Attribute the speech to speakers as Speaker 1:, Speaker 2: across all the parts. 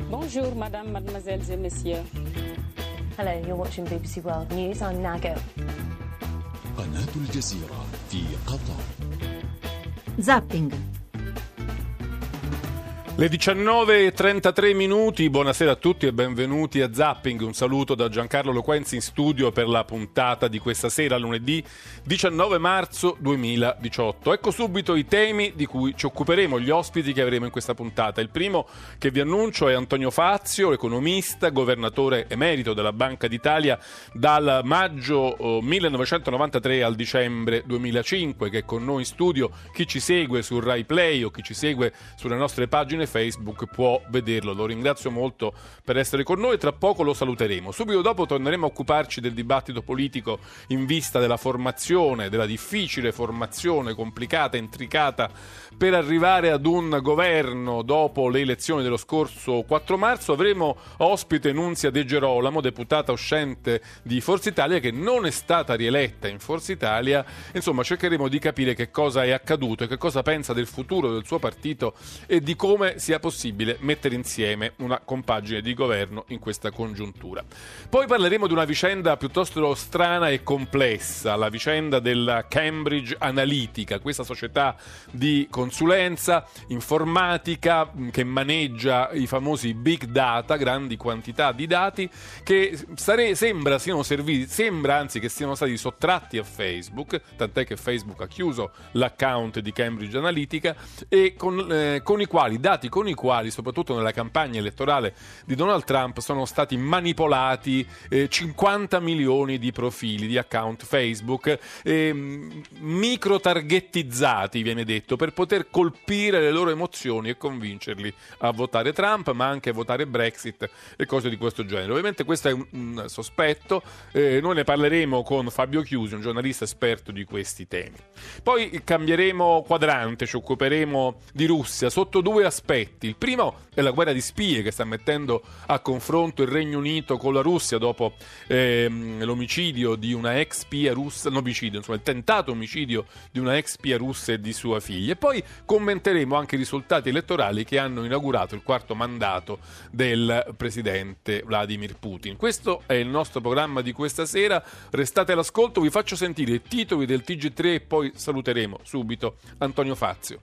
Speaker 1: Bonjour, madame, mademoiselles et messieurs.
Speaker 2: Hello, you're watching BBC World News. I'm Nago.
Speaker 3: قناة الجزيرة في قطر.
Speaker 4: Zapping.
Speaker 5: Le 19:33 minuti, buonasera a tutti e benvenuti a Zapping. Un saluto da Giancarlo Loquenzi in studio per la puntata di questa sera, lunedì 19 marzo 2018. Ecco subito i temi di cui ci occuperemo, gli ospiti che avremo in questa puntata. Il primo che vi annuncio è Antonio Fazio, economista, governatore emerito della Banca d'Italia dal maggio 1993 al dicembre 2005, che è con noi in studio. Chi ci segue su Rai Play o chi ci segue sulle nostre pagine Facebook può vederlo. Lo ringrazio molto per essere con noi. Tra poco lo saluteremo. Subito dopo torneremo a occuparci del dibattito politico in vista della formazione, della difficile formazione complicata, intricata per arrivare ad un governo dopo le elezioni dello scorso 4 marzo. Avremo ospite Nunzia De Gerolamo, deputata uscente di Forza Italia, che non è stata rieletta in Forza Italia. Insomma, cercheremo di capire che cosa è accaduto e che cosa pensa del futuro del suo partito e di come sia possibile mettere insieme una compagine di governo in questa congiuntura. Poi parleremo di una vicenda piuttosto strana e complessa, la vicenda della Cambridge Analytica, questa società di consulenza informatica che maneggia i famosi big data, grandi quantità di dati che sembra anzi che siano stati sottratti a Facebook, tant'è che Facebook ha chiuso l'account di Cambridge Analytica, e con i quali, soprattutto nella campagna elettorale di Donald Trump, sono stati manipolati 50 milioni di profili, di account Facebook, micro-targettizzati, viene detto, per poter colpire le loro emozioni e convincerli a votare Trump, ma anche a votare Brexit e cose di questo genere. Ovviamente questo è un sospetto, noi ne parleremo con Fabio Chiusi, un giornalista esperto di questi temi. Poi cambieremo quadrante, ci occuperemo di Russia sotto due aspetti. Il primo è la guerra di spie che sta mettendo a confronto il Regno Unito con la Russia dopo l'omicidio di una ex spia russa, il tentato omicidio di una ex spia russa e di sua figlia. E poi commenteremo anche i risultati elettorali che hanno inaugurato il 4º mandato del presidente Vladimir Putin. Questo è il nostro programma di questa sera. Restate all'ascolto, vi faccio sentire i titoli del TG3 e poi saluteremo subito Antonio Fazio.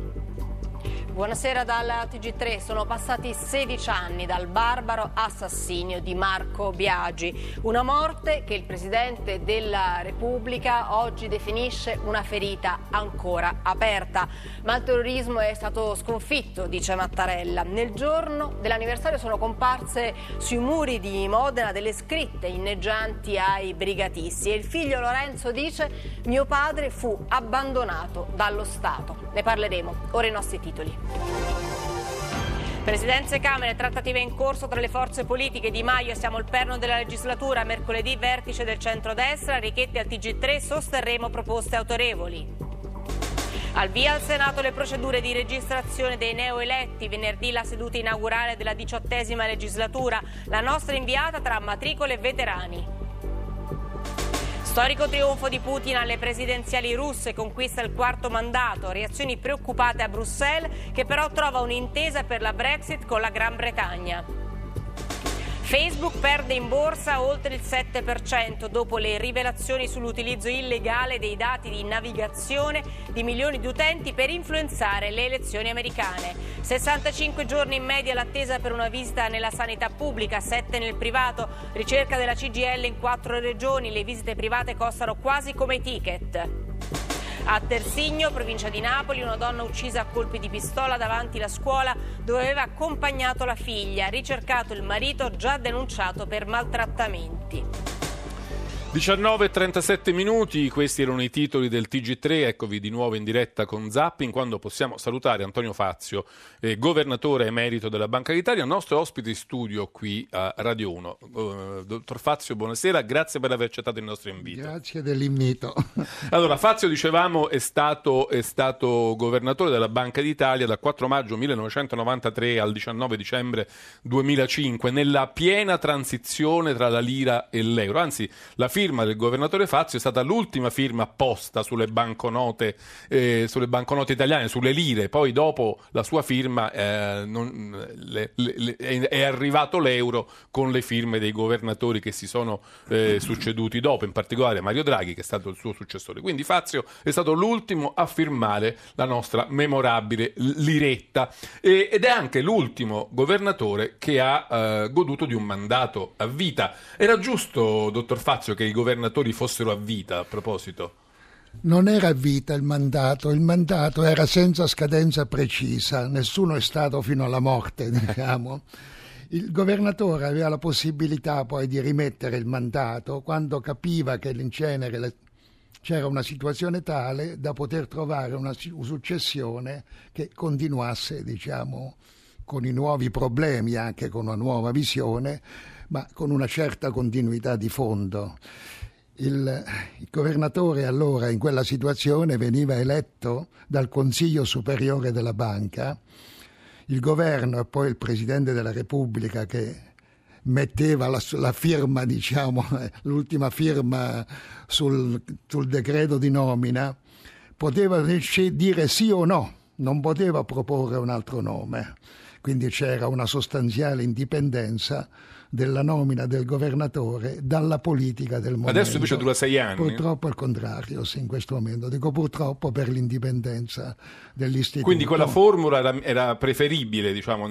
Speaker 6: Buonasera dal TG3. Sono passati 16 anni dal barbaro assassinio di Marco Biagi, una morte che il Presidente della Repubblica oggi definisce una ferita ancora aperta. Ma il terrorismo è stato sconfitto, dice Mattarella. Nel giorno dell'anniversario sono comparse sui muri di Modena delle scritte inneggianti ai brigatisti e il figlio Lorenzo dice: mio padre fu abbandonato dallo Stato. Ne parleremo, ora i nostri titoli. Presidenze e Camere, trattative in corso tra le forze politiche. Di Maio, siamo al perno della legislatura. Mercoledì vertice del centrodestra. Richetti al TG3, sosterremo proposte autorevoli. Al via al Senato le procedure di registrazione dei neoeletti. Venerdì la seduta inaugurale della 18ª legislatura. La nostra inviata tra matricole e veterani. Storico trionfo di Putin alle presidenziali russe, conquista il 4º mandato, reazioni preoccupate a Bruxelles che però trova un'intesa per la Brexit con la Gran Bretagna. Facebook perde in borsa oltre il 7% dopo le rivelazioni sull'utilizzo illegale dei dati di navigazione di milioni di utenti per influenzare le elezioni americane. 65 giorni in media l'attesa per una visita nella sanità pubblica, 7 nel privato, ricerca della CGIL in 4 regioni, le visite private costano quasi come i ticket. A Tersigno, provincia di Napoli, una donna uccisa a colpi di pistola davanti alla scuola dove aveva accompagnato la figlia, ricercato il marito già denunciato per maltrattamenti.
Speaker 5: 19:37 minuti, questi erano i titoli del TG3, eccovi di nuovo in diretta con Zapping, quando possiamo salutare Antonio Fazio, governatore emerito della Banca d'Italia, nostro ospite in studio qui a Radio 1. Dottor Fazio, buonasera, grazie per aver accettato il nostro invito.
Speaker 7: Grazie dell'invito.
Speaker 5: Allora, Fazio, dicevamo, è stato governatore della Banca d'Italia dal 4 maggio 1993 al 19 dicembre 2005, nella piena transizione tra la lira e l'euro, anzi la firma del governatore Fazio è stata l'ultima firma apposta sulle banconote italiane, sulle lire. Poi dopo la sua firma è arrivato l'euro con le firme dei governatori che si sono succeduti dopo, in particolare Mario Draghi, che è stato il suo successore. Quindi Fazio è stato l'ultimo a firmare la nostra memorabile liretta ed è anche l'ultimo governatore che ha goduto di un mandato a vita. Era giusto, dottor Fazio, che i governatori fossero a vita, a proposito?
Speaker 7: Non era a vita il mandato era senza scadenza precisa, nessuno è stato fino alla morte, diciamo. Il governatore aveva la possibilità poi di rimettere il mandato quando capiva che in genere c'era una situazione tale da poter trovare una successione che continuasse, diciamo, con i nuovi problemi, anche con una nuova visione, ma con una certa continuità di fondo. Il governatore allora in quella situazione veniva eletto dal Consiglio Superiore della Banca, il governo e poi il Presidente della Repubblica che metteva la firma, diciamo, l'ultima firma sul decreto di nomina, poteva dire sì o no, non poteva proporre un altro nome. Quindi c'era una sostanziale indipendenza della nomina del governatore dalla politica del momento.
Speaker 5: Adesso invece dura 6 anni.
Speaker 7: Purtroppo è il contrario, sì, in questo momento. Dico purtroppo per l'indipendenza dell'istituto.
Speaker 5: Quindi quella formula era preferibile, diciamo,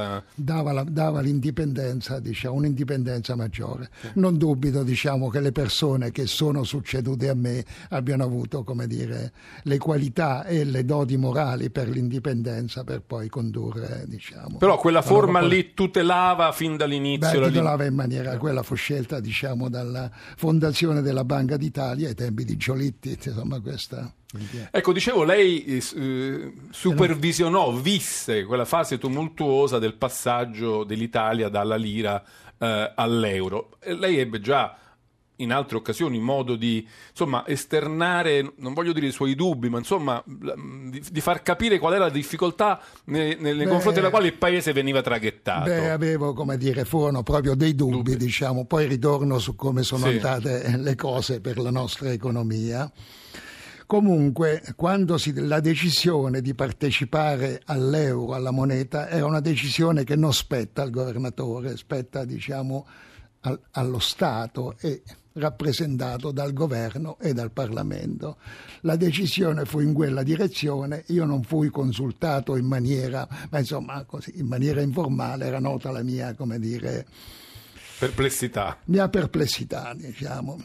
Speaker 7: dava l'indipendenza, diciamo, un'indipendenza maggiore. Non dubito, diciamo, che le persone che sono succedute a me abbiano avuto, come dire, le qualità e le doti morali per l'indipendenza per poi condurre, diciamo.
Speaker 5: Però quella forma lì tutelava fin dall'inizio
Speaker 7: in maniera, quella fu scelta, diciamo, dalla fondazione della Banca d'Italia ai tempi di Giolitti, insomma, questa.
Speaker 5: Ecco, dicevo, lei supervisionò, visse quella fase tumultuosa del passaggio dell'Italia dalla lira all'euro. Lei ebbe già in altre occasioni modo di, insomma, esternare, non voglio dire i suoi dubbi, ma insomma di far capire qual era la difficoltà nei confronti della quale il paese veniva traghettato.
Speaker 7: Avevo, come dire, furono proprio dei dubbi, diciamo, poi ritorno su come sono andate le cose per la nostra economia. Comunque, quando la decisione di partecipare all'euro, alla moneta, era una decisione che non spetta al governatore, spetta, diciamo, allo Stato e rappresentato dal governo e dal Parlamento. La decisione fu in quella direzione, io non fui consultato in maniera, ma insomma così, in maniera informale, era nota la mia, come dire,
Speaker 5: perplessità,
Speaker 7: diciamo.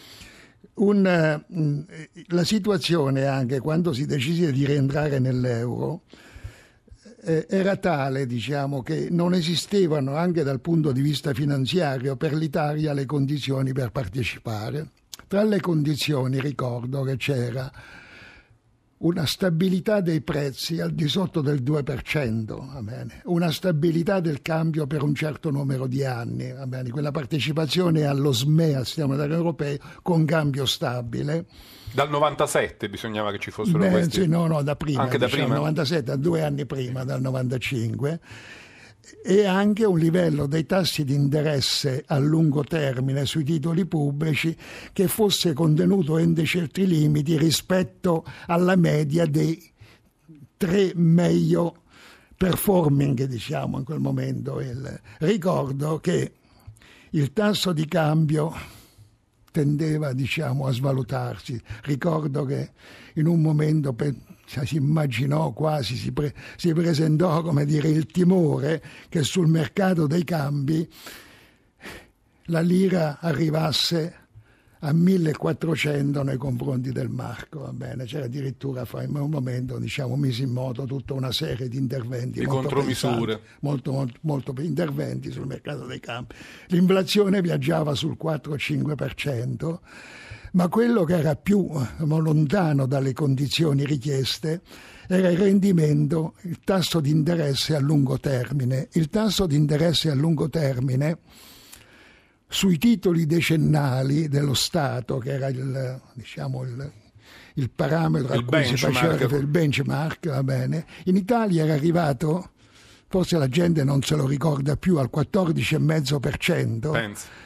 Speaker 7: La situazione anche quando si decise di rientrare nell'euro era tale, diciamo, che non esistevano anche dal punto di vista finanziario per l'Italia le condizioni per partecipare. Tra le condizioni ricordo che c'era una stabilità dei prezzi al di sotto del 2%, va bene? Una stabilità del cambio per un certo numero di anni, va bene? Quella partecipazione allo SME, al sistema monetario europeo, con cambio stabile.
Speaker 5: Dal 97 bisognava che ci fossero questi?
Speaker 7: Sì, no, da prima.
Speaker 5: Anche da prima?
Speaker 7: 97, 2 anni prima, dal 95. E anche un livello dei tassi di interesse a lungo termine sui titoli pubblici che fosse contenuto entro certi limiti rispetto alla media dei 3 meglio performing, diciamo, in quel momento. Ricordo che il tasso di cambio tendeva, diciamo, a svalutarsi. Ricordo che in un momento si immaginò quasi, si presentò, come dire, il timore che sul mercato dei cambi la lira arrivasse a 1400 nei confronti del marco, va bene? C'era addirittura in un momento, diciamo, mise in moto tutta una serie di interventi,
Speaker 5: di contromisure,
Speaker 7: molto interventi sul mercato dei cambi. L'inflazione viaggiava sul 4-5%, ma quello che era più lontano dalle condizioni richieste era il rendimento, il tasso di interesse a lungo termine. Il tasso di interesse a lungo termine sui titoli decennali dello Stato, che era il parametro a cui si faceva il benchmark, va bene, in Italia era arrivato, forse la gente non se lo ricorda più, al 14,5%.
Speaker 5: Penso.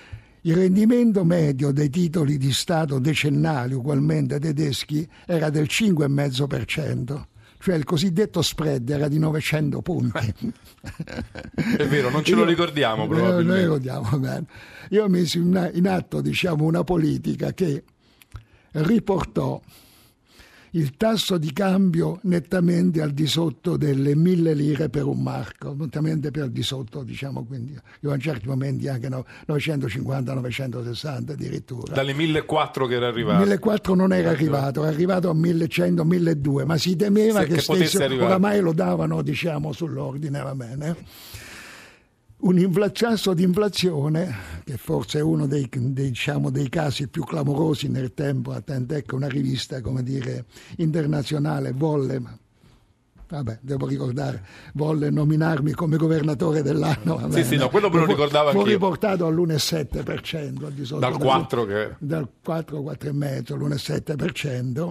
Speaker 7: il rendimento medio dei titoli di Stato decennali ugualmente tedeschi era del 5,5%. Cioè il cosiddetto spread era di 900 punti.
Speaker 5: È vero, non ce lo ricordiamo probabilmente.
Speaker 7: Noi ricordiamo bene. Io ho messo in atto, diciamo, una politica che riportò il tasso di cambio nettamente al di sotto delle 1.000 lire per un marco, nettamente per di sotto, diciamo, quindi io in certi momenti anche 950, 960 addirittura.
Speaker 5: Dalle 1.400 che era arrivato.
Speaker 7: 1.400 non era arrivato a 1.100, 1.200, ma si temeva che stesso, oramai lo davano, diciamo, sull'ordine, va bene. Un tasso di inflazione che forse è uno dei casi più clamorosi nel tempo, tant'è che una rivista, come dire, internazionale volle nominarmi come governatore dell'anno.
Speaker 5: Sì, no, quello me lo ricordavo anch'io.
Speaker 7: Fu riportato all'1,7% al di sotto
Speaker 5: dal 4 che
Speaker 7: dal 4,5%, l'1,7%.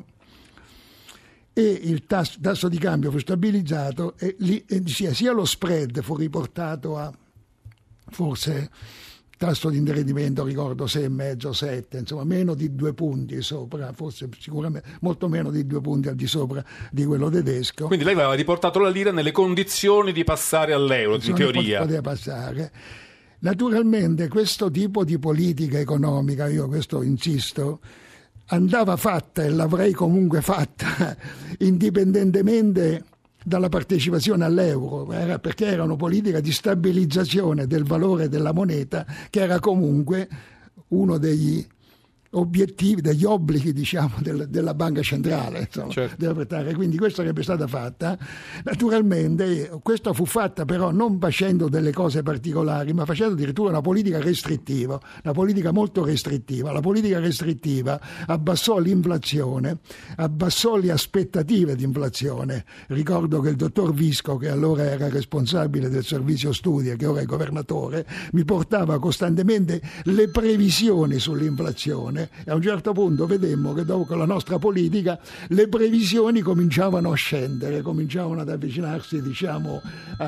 Speaker 7: E il tasso di cambio fu stabilizzato e sia lo spread fu riportato a forse tasso di indebitamento, ricordo 6,5, 7, insomma meno di 2 punti sopra, forse sicuramente molto meno di 2 punti al di sopra di quello tedesco.
Speaker 5: Quindi lei aveva riportato la lira nelle condizioni di passare all'euro, in teoria.
Speaker 7: Poteva passare. Naturalmente questo tipo di politica economica, io questo insisto, andava fatta e l'avrei comunque fatta indipendentemente dalla partecipazione all'euro, perché era una politica di stabilizzazione del valore della moneta che era comunque uno degli obiettivi, degli obblighi, diciamo, della banca centrale, insomma, certo. Quindi questa sarebbe stata fatta. Naturalmente questa fu fatta però non facendo delle cose particolari, ma facendo addirittura una politica restrittiva, una politica molto restrittiva. La politica restrittiva abbassò l'inflazione, abbassò le aspettative di inflazione. Ricordo che il dottor Visco, che allora era responsabile del servizio studi e che ora è governatore, mi portava costantemente le previsioni sull'inflazione. E a un certo punto vedemmo che dopo la nostra politica le previsioni cominciavano a scendere, cominciavano ad avvicinarsi, diciamo,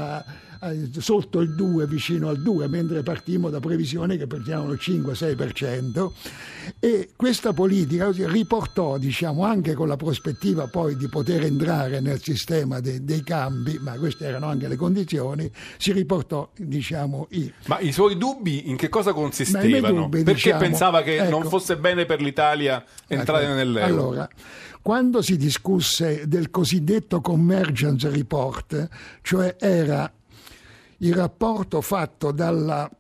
Speaker 7: sotto il 2, vicino al 2, mentre partimmo da previsioni che partivano il 5-6%, e questa politica riportò, diciamo, anche con la prospettiva poi di poter entrare nel sistema dei cambi, ma queste erano anche le condizioni, si riportò, diciamo,
Speaker 5: Ma i suoi dubbi in che cosa consistevano? Perché diciamo, pensava che non fosse bene per l'Italia entrare nell'euro?
Speaker 7: Allora, quando si discusse del cosiddetto Convergence Report, cioè era il rapporto fatto dalla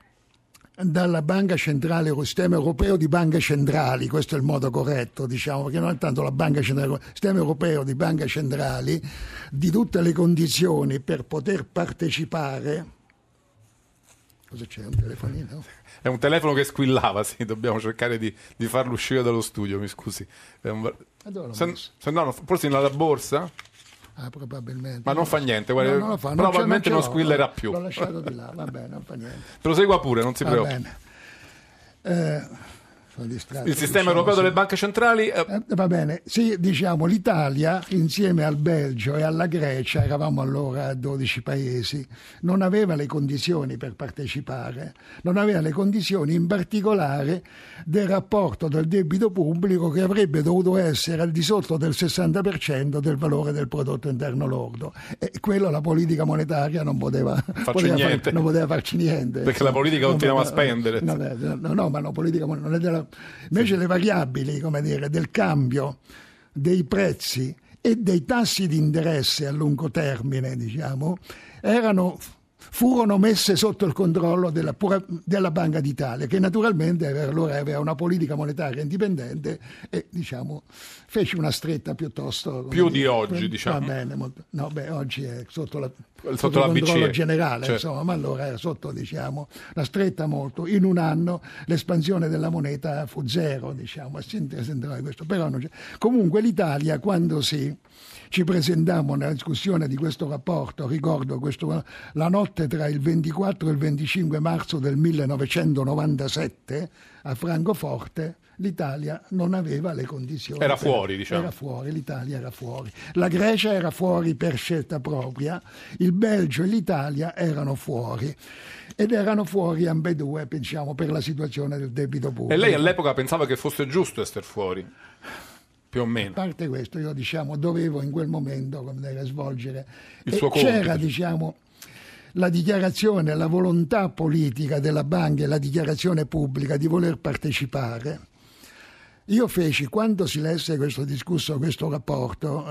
Speaker 7: Banca Centrale, il sistema europeo di banche centrali, questo è il modo corretto, diciamo, perché non è tanto la banca centrale, il sistema europeo di banche centrali, di tutte le condizioni per poter partecipare. Cosa c'è? Un telefonino?
Speaker 5: È un telefono che squillava, sì, dobbiamo cercare di farlo uscire dallo studio, mi scusi. Se no, forse nella borsa?
Speaker 7: Probabilmente.
Speaker 5: Ma non fa niente, guarda,
Speaker 7: non lo fa.
Speaker 5: Probabilmente non squillerà più.
Speaker 7: L'ho lasciato di là, va bene, non fa niente.
Speaker 5: Prosegua pure, non si preoccupi. Il sistema europeo delle banche centrali
Speaker 7: va bene, sì, diciamo l'Italia insieme al Belgio e alla Grecia, eravamo allora 12 paesi, non aveva le condizioni per partecipare, non aveva le condizioni in particolare del rapporto del debito pubblico che avrebbe dovuto essere al di sotto del 60% del valore del prodotto interno lordo, e quello la politica monetaria non poteva farci niente,
Speaker 5: perché la politica continuava a spendere.
Speaker 7: No, ma la politica monetaria invece le variabili, come dire, del cambio, dei prezzi e dei tassi di interesse a lungo termine, diciamo, furono messe sotto il controllo della Banca d'Italia, che naturalmente allora aveva una politica monetaria indipendente e, diciamo, fece una stretta piuttosto
Speaker 5: di oggi, diciamo.
Speaker 7: Va bene, oggi è sotto la
Speaker 5: controllo
Speaker 7: BCE generale,
Speaker 5: certo.
Speaker 7: Insomma, ma allora era sotto, diciamo, la stretta molto. In un anno l'espansione della moneta fu zero, diciamo, questo. Però comunque l'Italia, quando ci presentammo nella discussione di questo rapporto, ricordo la notte tra il 24 e il 25 marzo del 1997 a Francoforte l'Italia non aveva le condizioni.
Speaker 5: Era fuori, diciamo.
Speaker 7: Era fuori, l'Italia era fuori. La Grecia era fuori per scelta propria, il Belgio e l'Italia erano fuori. Ed erano fuori ambedue, pensiamo, per la situazione del debito pubblico.
Speaker 5: E lei all'epoca pensava che fosse giusto essere fuori? Più o meno.
Speaker 7: A parte questo, io dovevo in quel momento svolgere
Speaker 5: il suo compito.
Speaker 7: C'era, la dichiarazione, la volontà politica della banca e la dichiarazione pubblica di voler partecipare. Io feci, quando si lesse questo rapporto,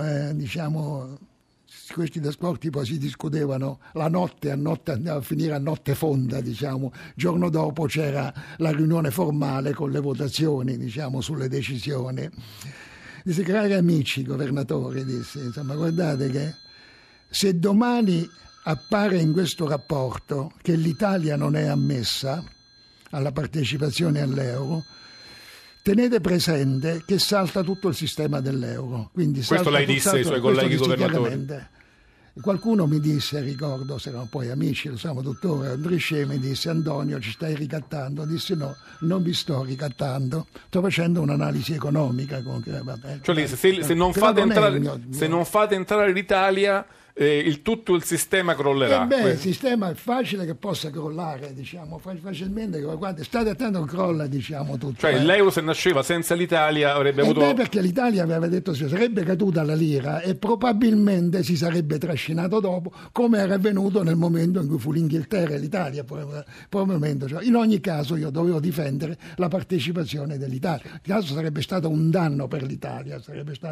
Speaker 7: questi trasporti poi si discutevano la notte, andava a finire a notte fonda, giorno dopo c'era la riunione formale con le votazioni, sulle decisioni. Disse, cari amici governatori, guardate che se domani appare in questo rapporto che l'Italia non è ammessa alla partecipazione all'euro, tenete presente che salta tutto il sistema dell'euro. Quindi
Speaker 5: questo lei disse ai suoi colleghi governatori?
Speaker 7: Qualcuno mi disse, ricordo, se erano poi amici, lo siamo tuttora, Andrisce mi disse, Antonio, ci stai ricattando? Dissi no, non vi sto ricattando, sto facendo un'analisi economica.
Speaker 5: Cioè se non fate entrare l'Italia, tutto il sistema crollerà.
Speaker 7: Il sistema è facile che possa crollare, facilmente. Guarda, state attenti che crolla, tutto.
Speaker 5: Cioè l'euro, se nasceva senza l'Italia, avrebbe avuto...
Speaker 7: perché l'Italia aveva detto che sarebbe caduta la lira e probabilmente si sarebbe trascinato dopo, come era avvenuto nel momento in cui fu l'Inghilterra e l'Italia. Probabilmente. In ogni caso io dovevo difendere la partecipazione dell'Italia. In caso sarebbe stato un danno per l'Italia,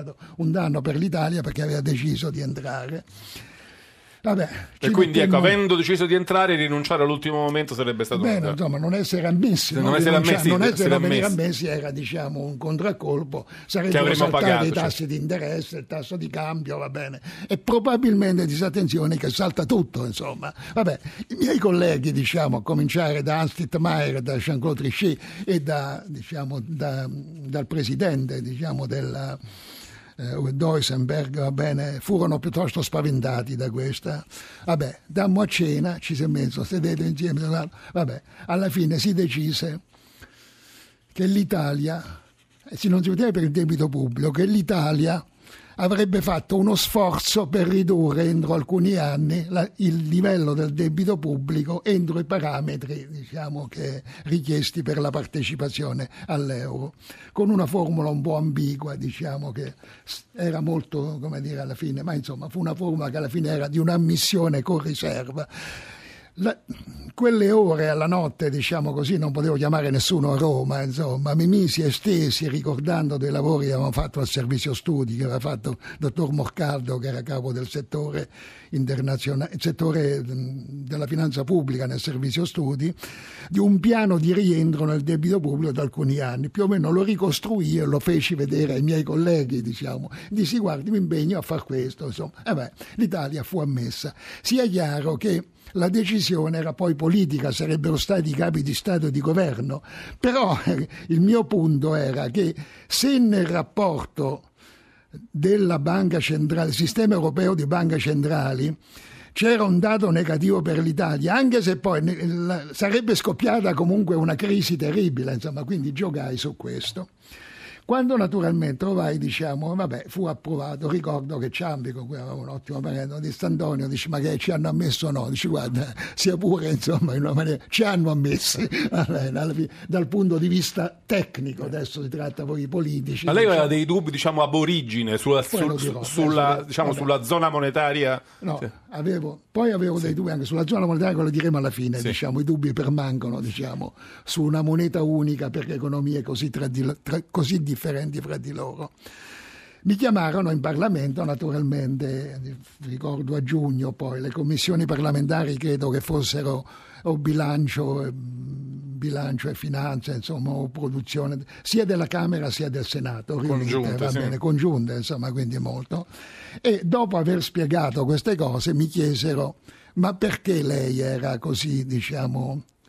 Speaker 7: perché aveva deciso di entrare. Vabbè,
Speaker 5: e quindi avendo deciso di entrare, rinunciare all'ultimo momento sarebbe stato
Speaker 7: non essere ammessi, non essere ammessi era un contraccolpo, sarebbero saltati i tassi di interesse, il tasso di cambio, va bene, e probabilmente disattenzione che salta tutto, vabbè. I miei colleghi, a cominciare da Hans Dittmeier, da Jean-Claude Trichet e dal presidente della Duisenberg, va bene, furono piuttosto spaventati da questa. Vabbè, dammo a cena, ci si è messo, sedete insieme, vabbè, alla fine si decise che l'Italia, non si vedeva per il debito pubblico, che l'Italia avrebbe fatto uno sforzo per ridurre entro alcuni anni il livello del debito pubblico entro i parametri che richiesti per la partecipazione all'euro, con una formula un po' ambigua, che era molto, alla fine, ma fu una formula che alla fine era di un'ammissione con riserva. Quelle ore alla notte, non potevo chiamare nessuno a Roma, mi misi estesi ricordando dei lavori che avevamo fatto al servizio studi, che aveva fatto il dottor Morcaldo, che era capo del settore internazionale, il settore della finanza pubblica nel servizio studi, di un piano di rientro nel debito pubblico da alcuni anni. Più o meno lo ricostruì e lo feci vedere ai miei colleghi, dissi guardi, mi impegno a far questo, l'Italia fu ammessa. Sia chiaro che la decisione era poi politica, sarebbero stati i capi di Stato e di governo, però il mio punto era che se nel rapporto della Banca Centrale, sistema europeo di banche centrali, c'era un dato negativo per l'Italia, anche se poi sarebbe scoppiata comunque una crisi terribile, quindi giocai su questo. Quando naturalmente trovai, fu approvato, ricordo che Ciampi, con cui avevamo un ottimo parente, disse Antonio, ma che ci hanno ammesso o no? Guarda, sia pure, in una maniera, ci hanno ammessi, dal punto di vista tecnico, adesso si tratta poi politici.
Speaker 5: Ma lei aveva dei dubbi, ab origine, sulla zona monetaria?
Speaker 7: No, avevo dei dubbi anche sulla zona monetaria, quello diremo alla fine,
Speaker 5: sì.
Speaker 7: I dubbi permangono, su una moneta unica per economie così differenti fra di loro. Mi chiamarono in Parlamento, naturalmente, ricordo a giugno, poi le commissioni parlamentari credo che fossero o bilancio e finanza, o produzione, sia della Camera sia del Senato, congiunte, quindi molto. E dopo aver spiegato queste cose mi chiesero, ma perché lei era così,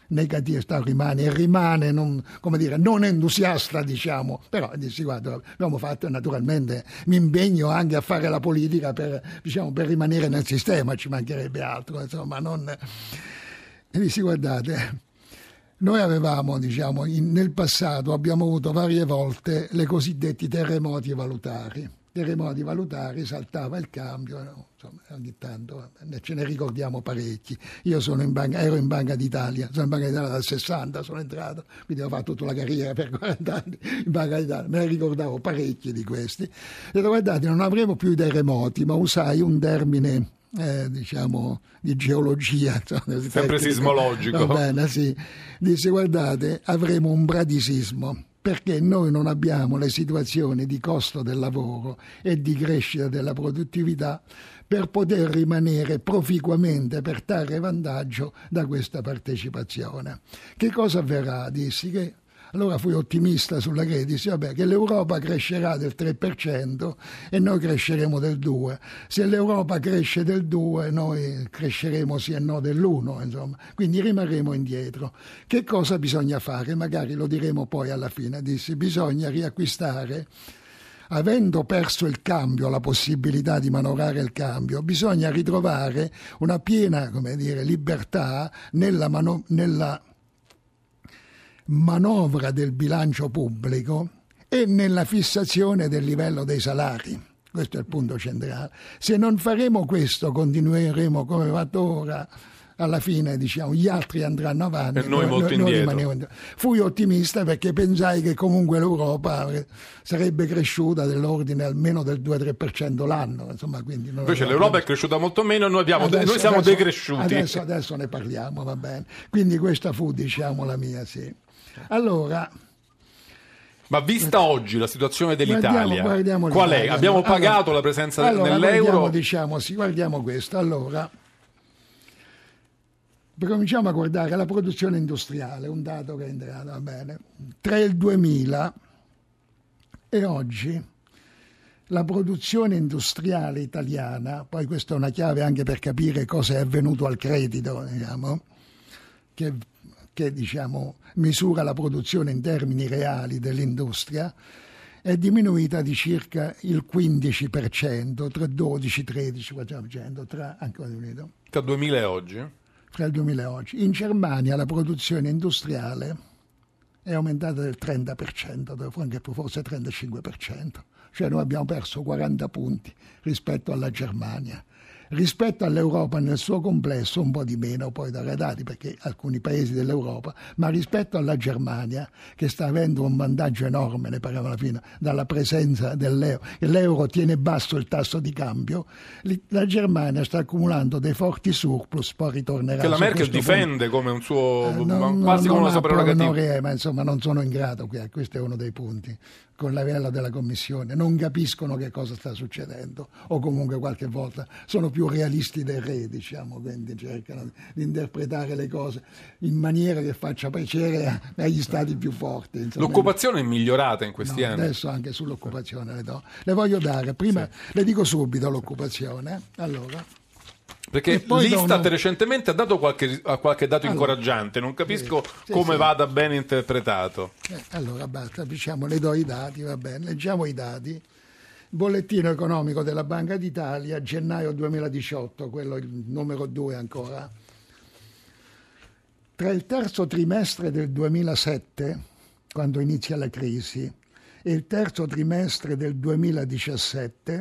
Speaker 7: negativa, rimane non, come dire, non entusiasta, diciamo, però dissi guarda, abbiamo fatto, naturalmente mi impegno anche a fare la politica per rimanere nel sistema, ci mancherebbe altro, insomma, non... E dissi guardate, noi avevamo, diciamo, nel passato abbiamo avuto varie volte le cosiddetti terremoti valutari. Terremoti valutari, saltava il cambio, no? Insomma, ogni tanto ce ne ricordiamo parecchi. Io ero in Banca d'Italia, sono in Banca d'Italia dal 60, sono entrato, quindi ho fatto tutta la carriera per 40 anni in Banca d'Italia, me ne ricordavo parecchi di questi. E ho detto, guardate, non avremo più i terremoti, ma usai un termine... diciamo di geologia,
Speaker 5: sempre sismologico.
Speaker 7: Va bene, sì. Disse guardate, avremo un bradisismo perché noi non abbiamo le situazioni di costo del lavoro e di crescita della produttività per poter rimanere proficuamente, per trarre vantaggio da questa partecipazione. Che cosa avverrà? Dissi che allora fui ottimista sulla crisi, dissi vabbè, che l'Europa crescerà del 3% e noi cresceremo del 2%. Se l'Europa cresce del 2%, noi cresceremo sì e no dell'1%, insomma. Quindi rimarremo indietro. Che cosa bisogna fare? Magari lo diremo poi alla fine. Dissi bisogna riacquistare, avendo perso il cambio, la possibilità di manovrare il cambio, bisogna ritrovare una piena, come dire, libertà nella manovra del bilancio pubblico e nella fissazione del livello dei salari. Questo è il punto centrale. Se non faremo questo, continueremo come fatto ora, alla fine diciamo gli altri andranno avanti
Speaker 5: e noi molto indietro.
Speaker 7: Fui ottimista perché pensai che comunque l'Europa sarebbe cresciuta dell'ordine almeno del 2-3% l'anno, insomma, quindi
Speaker 5: invece l'Europa è cresciuta molto meno e noi siamo decresciuti.
Speaker 7: Adesso ne parliamo, va bene. Quindi questa fu, diciamo, la mia, sì. Allora,
Speaker 5: ma vista oggi la situazione dell'Italia,
Speaker 7: guardiamo
Speaker 5: qual è? Abbiamo pagato la presenza nell'euro?
Speaker 7: Guardiamo questo. Allora, cominciamo a guardare la produzione industriale, un dato che è entrato, va bene. Tra il 2000 e oggi la produzione industriale italiana, poi questa è una chiave anche per capire cosa è avvenuto al credito, diciamo, che diciamo, misura la produzione in termini reali dell'industria, è diminuita di circa il 15%, tra 12-13%,
Speaker 5: tra 2000 e oggi?
Speaker 7: Tra il 2000 e oggi. In Germania la produzione industriale è aumentata del 30%, anche forse 35%. Cioè noi abbiamo perso 40 punti rispetto alla Germania. Rispetto all'Europa nel suo complesso un po' di meno, poi da dati perché alcuni paesi dell'Europa, ma rispetto alla Germania che sta avendo un vantaggio enorme, ne parliamo alla fine, dalla presenza dell'euro, l'euro tiene basso il tasso di cambio, la Germania sta accumulando dei forti surplus, poi ritornerà.
Speaker 5: Che la Merkel difende come un suo quasi come una sua prerogativa.
Speaker 7: Ma insomma non sono in grado, questo è uno dei punti. Con la vela della Commissione, non capiscono che cosa sta succedendo o comunque qualche volta sono più realisti del re, diciamo, quindi cercano di interpretare le cose in maniera che faccia piacere agli stati più forti. Insomma.
Speaker 5: L'occupazione è migliorata in questi anni?
Speaker 7: Adesso anche sull'occupazione le voglio dare, prima le dico subito l'occupazione, allora.
Speaker 5: Perché l'Istat recentemente ha dato qualche dato incoraggiante, non capisco come vada bene interpretato.
Speaker 7: Allora basta, diciamo, le do i dati, va bene, leggiamo i dati. Bollettino economico della Banca d'Italia, gennaio 2018, quello il numero 2 ancora. Tra il terzo trimestre del 2007, quando inizia la crisi, e il terzo trimestre del 2017,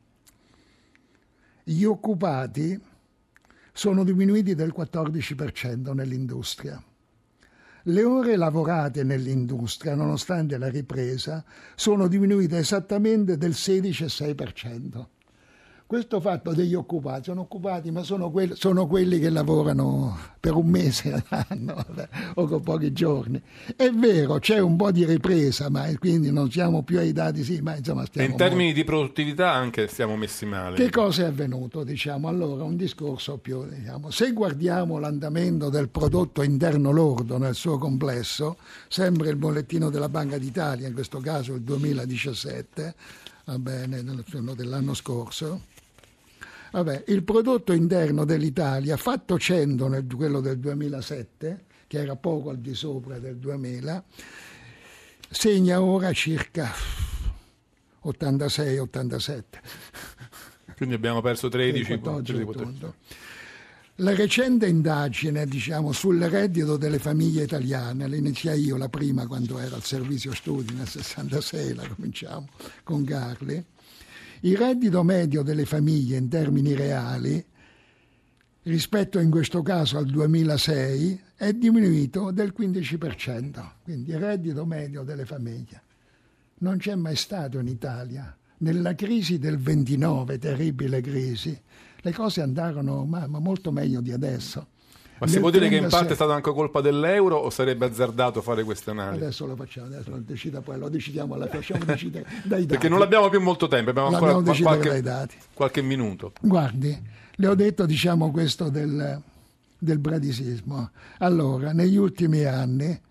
Speaker 7: gli occupati sono diminuiti del 14% nell'industria. Le ore lavorate nell'industria, nonostante la ripresa, sono diminuite esattamente del 16,6%. Questo fatto degli occupati, sono occupati, ma sono quelli che lavorano per un mese all'anno o con pochi giorni. È vero, c'è un po' di ripresa, ma quindi non siamo più ai dati, sì, ma insomma stiamo...
Speaker 5: E in termini di produttività anche stiamo messi male.
Speaker 7: Che cosa è avvenuto? Diciamo, allora, un discorso più, diciamo, se guardiamo l'andamento del prodotto interno lordo nel suo complesso, sempre il bollettino della Banca d'Italia, in questo caso il 2017, va bene, dell'anno scorso. Vabbè, il prodotto interno dell'Italia, fatto 100 quello del 2007, che era poco al di sopra del 2000, segna ora circa 86-87.
Speaker 5: Quindi abbiamo perso 13
Speaker 7: 14. La recente indagine, sul reddito delle famiglie italiane, l'iniziai io la prima quando era al servizio studi nel 66, la cominciamo con Garli. Il reddito medio delle famiglie in termini reali, rispetto in questo caso al 2006, è diminuito del 15%. Quindi il reddito medio delle famiglie non c'è mai stato in Italia. Nella crisi del 29, terribile crisi, le cose andarono ma molto meglio di adesso.
Speaker 5: Ma si può dire che in parte è stata anche colpa dell'euro o sarebbe azzardato fare queste analisi?
Speaker 7: Adesso lo facciamo, adesso lo decidiamo alla facciamo decidere dai dati.
Speaker 5: Perché non abbiamo più molto tempo, abbiamo ancora qualche minuto.
Speaker 7: Guardi, le ho detto questo del bradisismo. Allora, negli ultimi anni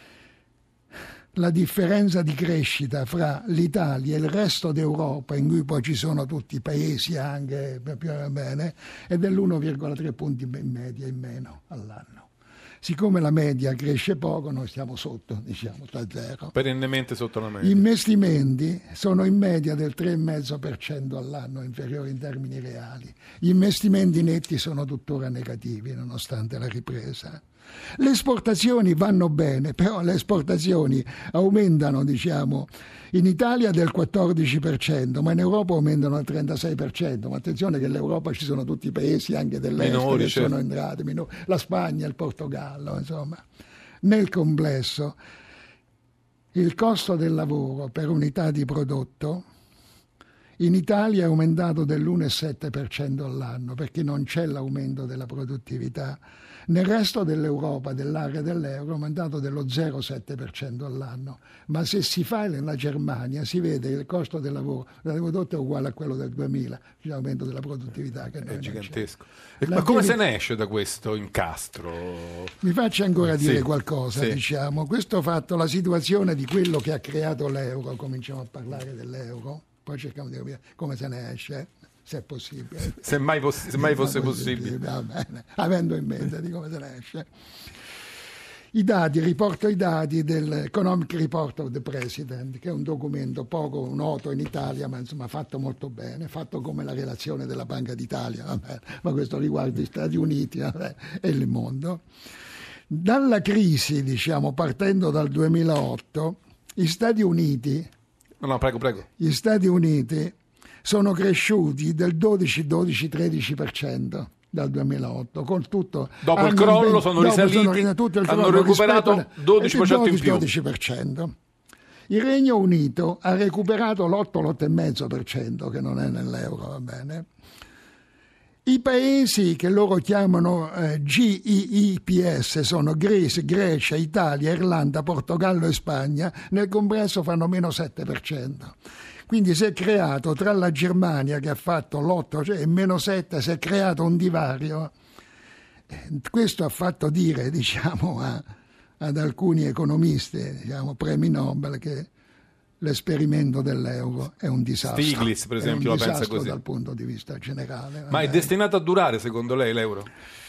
Speaker 7: la differenza di crescita fra l'Italia e il resto d'Europa, in cui poi ci sono tutti i paesi anche più bene, è dell'1,3 punti in media in meno all'anno. Siccome la media cresce poco, noi stiamo sotto, sta zero.
Speaker 5: Perennemente sotto la media.
Speaker 7: Gli investimenti sono in media del 3,5% all'anno, inferiori in termini reali. Gli investimenti netti sono tuttora negativi, nonostante la ripresa. Le esportazioni vanno bene, però le esportazioni aumentano, in Italia del 14%, ma in Europa aumentano del 36%. Ma attenzione che nell'Europa ci sono tutti i paesi anche dell'est che sono entrati, la Spagna, il Portogallo, insomma. Nel complesso, il costo del lavoro per unità di prodotto in Italia è aumentato dell'1,7% all'anno, perché non c'è l'aumento della produttività. Nel resto dell'Europa, dell'area dell'euro, è aumentato dello 0,7% all'anno. Ma se si fa nella Germania, si vede che il costo del lavoro del prodotto è uguale a quello del 2000, l'aumento della produttività che
Speaker 5: è gigantesco. Ma come se ne esce da questo incastro?
Speaker 7: Mi faccia ancora dire qualcosa, Questo fatto, la situazione di quello che ha creato l'euro, cominciamo a parlare dell'euro, poi cerchiamo di capire come se ne esce. Se è possibile.
Speaker 5: Se mai fosse possibile.
Speaker 7: Va bene, avendo in mente di come se ne esce. Riporto i dati dell'Economic Report of the President, che è un documento poco noto in Italia, ma insomma fatto molto bene, fatto come la relazione della Banca d'Italia, ma questo riguarda gli Stati Uniti e il mondo. Dalla crisi, partendo dal 2008, gli Stati Uniti...
Speaker 5: No, prego.
Speaker 7: Gli Stati Uniti sono cresciuti del 13% dal 2008, con tutto
Speaker 5: dopo il crollo sono risaliti, hanno recuperato 12% in più.
Speaker 7: 12%. Il Regno Unito ha recuperato l'8,5%, che non è nell'euro, va bene. I paesi che loro chiamano GEEPS sono Grecia, Italia, Irlanda, Portogallo e Spagna, nel complesso fanno meno 7%. Quindi si è creato tra la Germania, che ha fatto l'8 e meno 7, si è creato un divario. Questo ha fatto dire, ad alcuni economisti, premi Nobel, che l'esperimento dell'euro è un disastro.
Speaker 5: Stiglitz, per esempio, la pensa così.
Speaker 7: Dal punto di vista generale.
Speaker 5: Ma è destinato a durare, secondo lei, l'euro?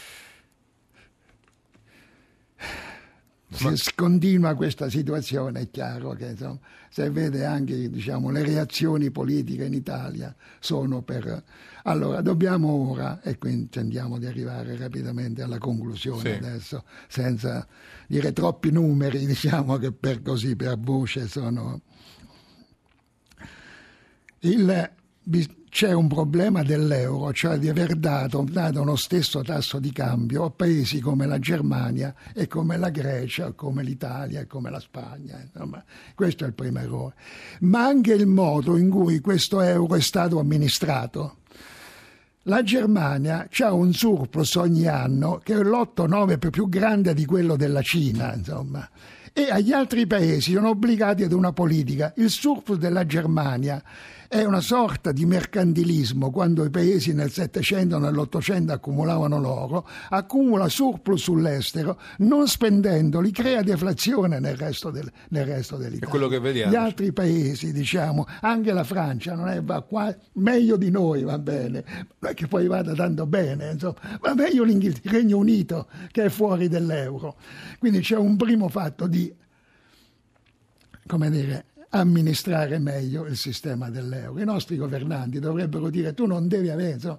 Speaker 7: Se continua questa situazione è chiaro che se vede anche le reazioni politiche in Italia sono per... Allora dobbiamo ora, e quindi cerchiamo di arrivare rapidamente alla conclusione adesso, senza dire troppi numeri, che per voce sono... C'è un problema dell'euro, cioè di aver dato uno stesso tasso di cambio a paesi come la Germania e come la Grecia, come l'Italia e come la Spagna. Insomma, questo è il primo errore. Ma anche il modo in cui questo euro è stato amministrato. La Germania ha un surplus ogni anno che è l'8-9 più grande di quello della Cina, insomma. E agli altri paesi sono obbligati ad una politica. Il surplus della Germania è una sorta di mercantilismo. Quando i paesi nel 700 e nell'800 accumulavano l'oro, accumula surplus sull'estero, non spendendoli, crea deflazione nel resto dell'Italia.
Speaker 5: È quello che vediamo.
Speaker 7: Gli altri paesi, diciamo, anche la Francia non è va qua, meglio di noi, va bene, che poi vada tanto bene, insomma, ma meglio il Regno Unito che è fuori dell'euro. Quindi c'è un primo fatto di, come dire, amministrare meglio il sistema dell'euro. I nostri governanti dovrebbero dire: tu non devi avere, insomma,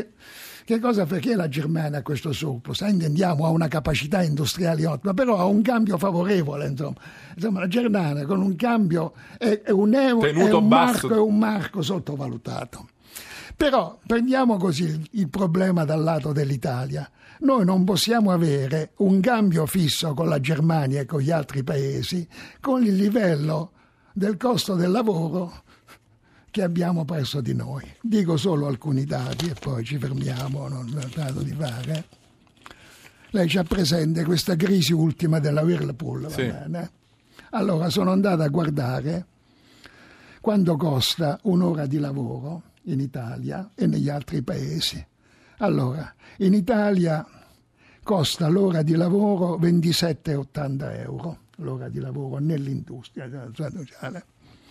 Speaker 7: perché la Germania ha questo surplus? Intendiamo, ha una capacità industriale ottima, però ha un cambio favorevole, insomma la Germania con un cambio è un euro, è un marco sottovalutato. Però prendiamo così il problema dal lato dell'Italia. Noi non possiamo avere un cambio fisso con la Germania e con gli altri paesi con il livello del costo del lavoro che abbiamo presso di noi. Dico solo alcuni dati e poi ci fermiamo, non trato di fare. Lei c'ha presente questa crisi ultima della Whirlpool,
Speaker 5: sì.
Speaker 7: Va bene? Allora sono andato a guardare quanto costa un'ora di lavoro in Italia e negli altri paesi. Allora, in Italia costa l'ora di lavoro 27,80 euro, l'ora di lavoro nell'industria sociale.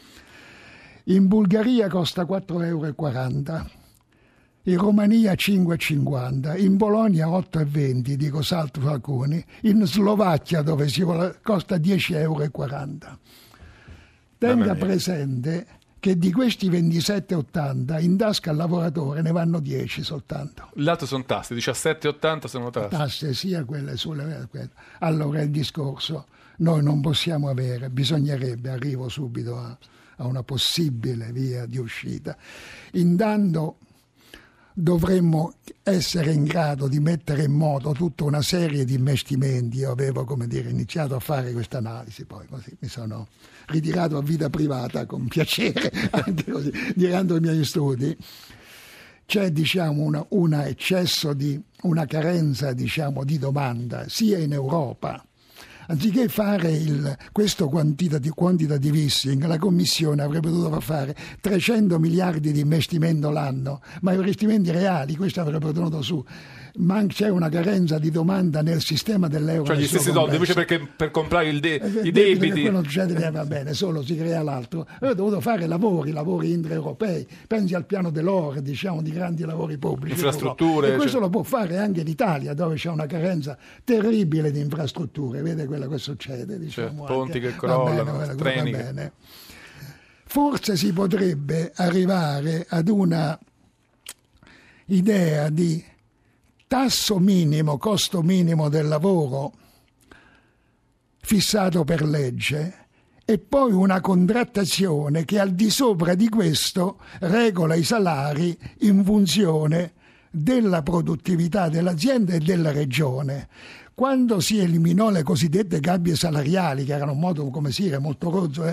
Speaker 7: In Bulgaria costa 4,40 euro, in Romania 5,50, in Polonia 8,20, dico salto alcuni, in Slovacchia dove costa 10,40 euro. Tenga presente che di questi 27,80 in tasca al lavoratore ne vanno 10 soltanto.
Speaker 5: L'altro sono tasse, 17,80 sono tasse.
Speaker 7: Tasse sia quelle sulle... Allora il discorso, noi non possiamo avere, bisognerebbe, arrivo subito a una possibile via di uscita, intanto dovremmo essere in grado di mettere in moto tutta una serie di investimenti. Io avevo, come dire, iniziato a fare questa analisi, poi così mi sono ritirato a vita privata con piacere, anche così, girando i miei studi. C'è, diciamo, un eccesso una carenza, diciamo, di domanda, sia in Europa. Anziché fare questo quantitative easing, la Commissione avrebbe dovuto fare 300 miliardi di investimento l'anno, ma investimenti reali, questo avrebbe tenuto su. Ma c'è una carenza di domanda nel sistema dell'euro.
Speaker 5: Cioè gli stessi soldi, invece perché per comprare i debiti.
Speaker 7: Non succede, va bene, solo si crea l'altro. Avrebbe dovuto fare lavori intraeuropei, pensi al piano dell'oro, diciamo, di grandi lavori pubblici.
Speaker 5: Infrastrutture.
Speaker 7: E questo lo può fare anche l'Italia, dove c'è una carenza terribile di infrastrutture. Vede quello che succede, diciamo.
Speaker 5: Ponti
Speaker 7: anche.
Speaker 5: Che crollano, treni.
Speaker 7: Bene. Forse si potrebbe arrivare ad una idea di tasso minimo, costo minimo del lavoro fissato per legge e poi una contrattazione che al di sopra di questo regola i salari in funzione della produttività dell'azienda e della regione. Quando si eliminò le cosiddette gabbie salariali, che erano un modo, come si dice, molto rozzo,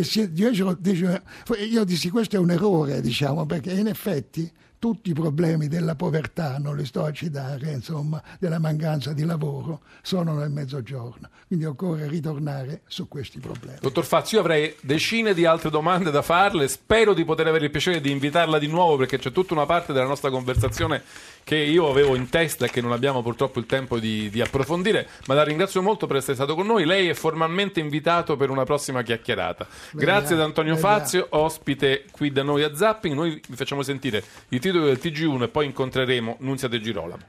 Speaker 7: io dissi questo è un errore, diciamo, perché in effetti tutti i problemi della povertà, non li sto a citare, insomma, della mancanza di lavoro, sono nel Mezzogiorno. Quindi occorre ritornare su questi problemi.
Speaker 5: Dottor Fazio, io avrei decine di altre domande da farle, spero di poter avere il piacere di invitarla di nuovo, perché c'è tutta una parte della nostra conversazione che io avevo in testa e che non abbiamo purtroppo il tempo di approfondire, ma la ringrazio molto per essere stato con noi. Lei è formalmente invitato per una prossima chiacchierata. Grazie ad Antonio Fazio, ospite qui da noi a Zapping. Noi vi facciamo sentire i titoli del TG1 e poi incontreremo Nunzia De Girolamo.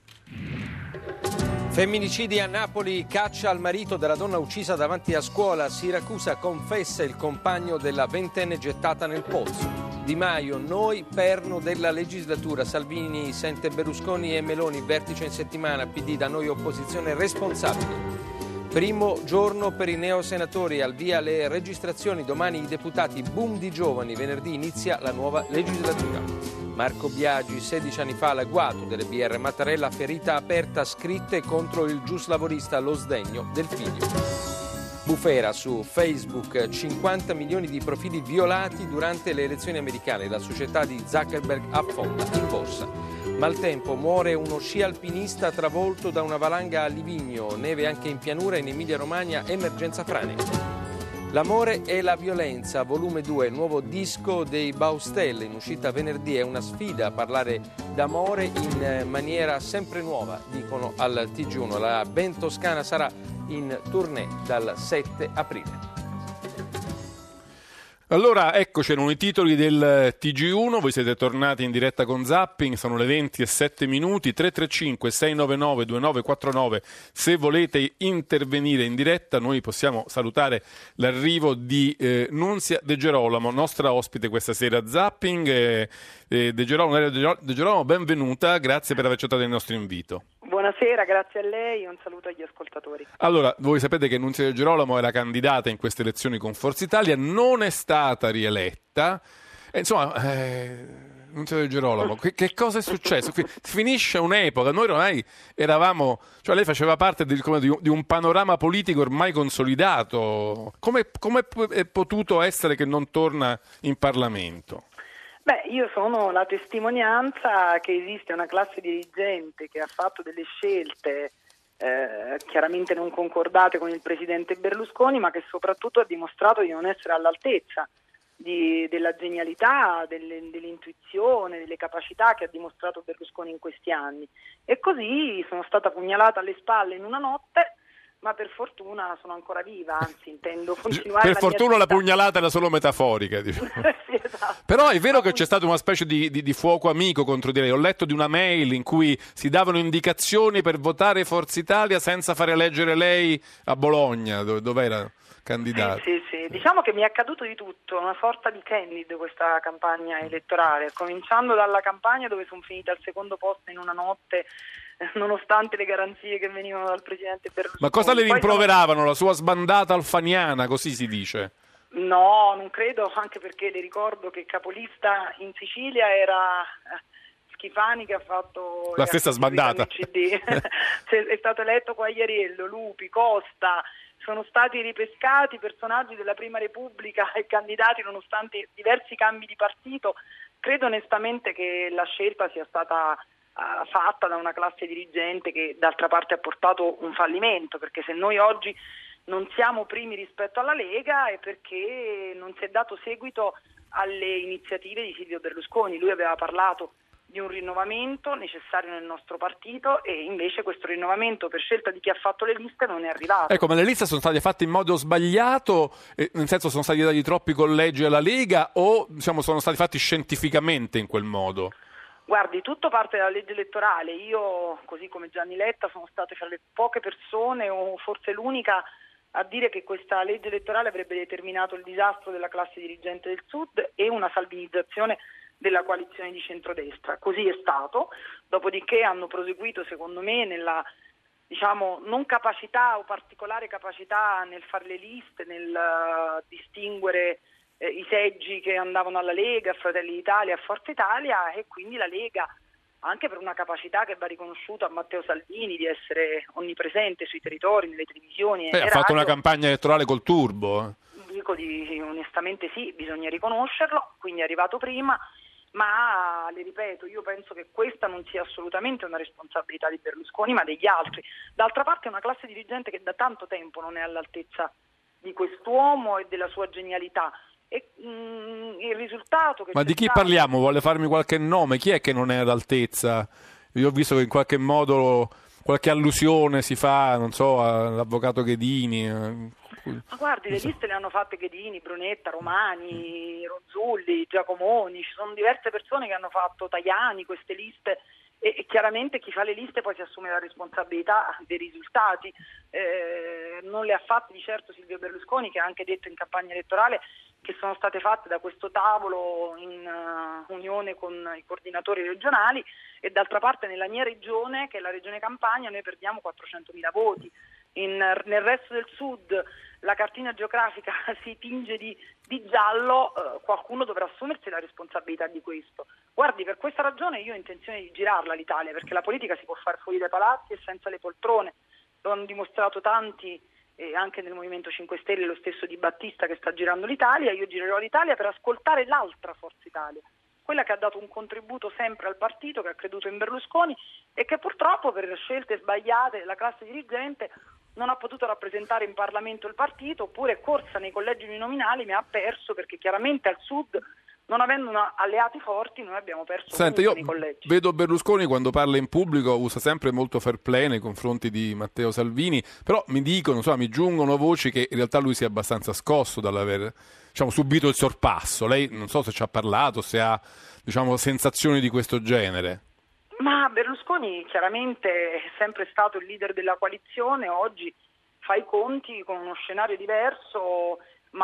Speaker 8: Femminicidi a Napoli, caccia al marito della donna uccisa davanti a scuola. Siracusa confessa il compagno della ventenne gettata nel pozzo. Di Maio, noi perno della legislatura. Salvini sente Berlusconi e Meloni, vertice in settimana, PD da noi opposizione responsabile. Primo giorno per i neosenatori, al via le registrazioni, domani i deputati, boom di giovani, venerdì inizia la nuova legislatura. Marco Biagi, 16 anni fa all'agguato delle BR Mattarella, ferita aperta, scritte contro il giuslavorista, lo sdegno del figlio. Bufera su Facebook, 50 milioni di profili violati durante le elezioni americane, la società di Zuckerberg affonda in borsa. Maltempo, muore uno sci alpinista travolto da una valanga a Livigno, neve anche in pianura in Emilia Romagna, emergenza frane. L'amore e la violenza, volume 2, il nuovo disco dei Baustelle, in uscita venerdì. È una sfida a parlare d'amore in maniera sempre nuova, dicono al TG1. La band toscana sarà in tournée dal 7 aprile.
Speaker 5: Allora, eccoci, erano i titoli del TG1, voi siete tornati in diretta con Zapping, sono le 20:07, 335-699-2949, se volete intervenire in diretta noi possiamo salutare l'arrivo di Nunzia De Gerolamo, nostra ospite questa sera a Zapping. De Gerolamo, benvenuta, grazie per aver accettato il nostro invito.
Speaker 9: Buonasera, grazie a lei, un saluto agli ascoltatori.
Speaker 5: Allora, voi sapete che Nunzia De Gerolamo era candidata in queste elezioni con Forza Italia, non è stata rieletta. Nunzia De Gerolamo, che cosa è successo? Finisce un'epoca, noi ormai eravamo, cioè lei faceva parte di un panorama politico ormai consolidato. Come è potuto essere che non torna in Parlamento?
Speaker 9: Beh, io sono la testimonianza che esiste una classe dirigente che ha fatto delle scelte chiaramente non concordate con il presidente Berlusconi, ma che soprattutto ha dimostrato di non essere all'altezza della genialità, dell'intuizione, delle capacità che ha dimostrato Berlusconi in questi anni. E così sono stata pugnalata alle spalle in una notte, ma per fortuna sono ancora viva, anzi intendo continuare.
Speaker 5: Per fortuna la pugnalata era solo metaforica, diciamo.
Speaker 9: Sì, esatto.
Speaker 5: Però è vero che c'è stato una specie di fuoco amico contro di lei. Ho letto di una mail in cui si davano indicazioni per votare Forza Italia senza fare eleggere lei a Bologna, dove era candidata.
Speaker 9: Sì. Diciamo che mi è accaduto di tutto, una sorta di Candid questa campagna elettorale, cominciando dalla campagna dove sono finita al secondo posto in una notte, nonostante le garanzie che venivano dal presidente Berlusconi.
Speaker 5: Ma cosa le rimproveravano? La sua sbandata alfaniana, così si dice?
Speaker 9: No, non credo, anche perché le ricordo che capolista in Sicilia era Schifani, che ha fatto
Speaker 5: la stessa sbandata.
Speaker 9: È stato eletto Quagliariello, Lupi, Costa. Sono stati ripescati personaggi della Prima Repubblica e candidati nonostante diversi cambi di partito. Credo onestamente che la scelta sia stata fatta da una classe dirigente che d'altra parte ha portato un fallimento, perché se noi oggi non siamo primi rispetto alla Lega è perché non si è dato seguito alle iniziative di Silvio Berlusconi. Lui aveva parlato di un rinnovamento necessario nel nostro partito e invece questo rinnovamento per scelta di chi ha fatto le liste non è arrivato.
Speaker 5: Ecco, ma le liste sono state fatte in modo sbagliato, nel senso sono stati dati troppi collegi alla Lega o sono stati fatti scientificamente in quel modo?
Speaker 9: Guardi, tutto parte dalla legge elettorale. Io, così come Gianni Letta, sono stata fra le poche persone, o forse l'unica, a dire che questa legge elettorale avrebbe determinato il disastro della classe dirigente del Sud e una salvinizzazione della coalizione di centrodestra. Così è stato, dopodiché hanno proseguito secondo me nella non capacità o particolare capacità nel fare le liste, nel distinguere i seggi che andavano alla Lega, a Fratelli d'Italia, a Forza Italia, e quindi la Lega, anche per una capacità che va riconosciuta a Matteo Salvini di essere onnipresente sui territori, nelle televisioni e
Speaker 5: ha fatto una campagna elettorale col turbo.
Speaker 9: Dico onestamente sì, bisogna riconoscerlo, quindi è arrivato prima. Ma le ripeto, io penso che questa non sia assolutamente una responsabilità di Berlusconi, ma degli altri. D'altra parte è una classe dirigente che da tanto tempo non è all'altezza di quest'uomo e della sua genialità. E il risultato che
Speaker 5: ma di chi parliamo? Vuole farmi qualche nome? Chi è che non è all'altezza? Io ho visto che in qualche modo qualche allusione si fa, non so, all'avvocato Ghedini.
Speaker 9: Ma guardi, le liste le hanno fatte Ghedini, Brunetta, Romani, Ronzulli, Giacomoni, ci sono diverse persone che hanno fatto, Tajani, queste liste, e chiaramente chi fa le liste poi si assume la responsabilità dei risultati. Non le ha fatte di certo Silvio Berlusconi, che ha anche detto in campagna elettorale che sono state fatte da questo tavolo in unione con i coordinatori regionali, e d'altra parte nella mia regione, che è la regione Campania, noi perdiamo 400.000 voti. Nel resto del Sud la cartina geografica si tinge di giallo, qualcuno dovrà assumersi la responsabilità di questo. Guardi, per questa ragione io ho intenzione di girarla l'Italia, perché la politica si può fare fuori dai palazzi e senza le poltrone. Lo hanno dimostrato tanti, anche nel Movimento 5 Stelle, lo stesso Di Battista che sta girando l'Italia. Io girerò l'Italia per ascoltare l'altra Forza Italia, quella che ha dato un contributo sempre al partito, che ha creduto in Berlusconi e che purtroppo per scelte sbagliate della classe dirigente non ha potuto rappresentare in Parlamento il partito, oppure è corsa nei collegi uninominali ma ha perso, perché chiaramente al sud, non avendo alleati forti, noi abbiamo perso.
Speaker 5: Senta, io
Speaker 9: nei collegi.
Speaker 5: vedo Berlusconi quando parla in pubblico usa sempre molto fair play nei confronti di Matteo Salvini, però mi dicono, mi giungono voci che in realtà lui sia abbastanza scosso dall'aver subito il sorpasso. Lei non so se ci ha parlato, se ha sensazioni di questo genere.
Speaker 9: Ma Berlusconi chiaramente è sempre stato il leader della coalizione, oggi fa i conti con uno scenario diverso,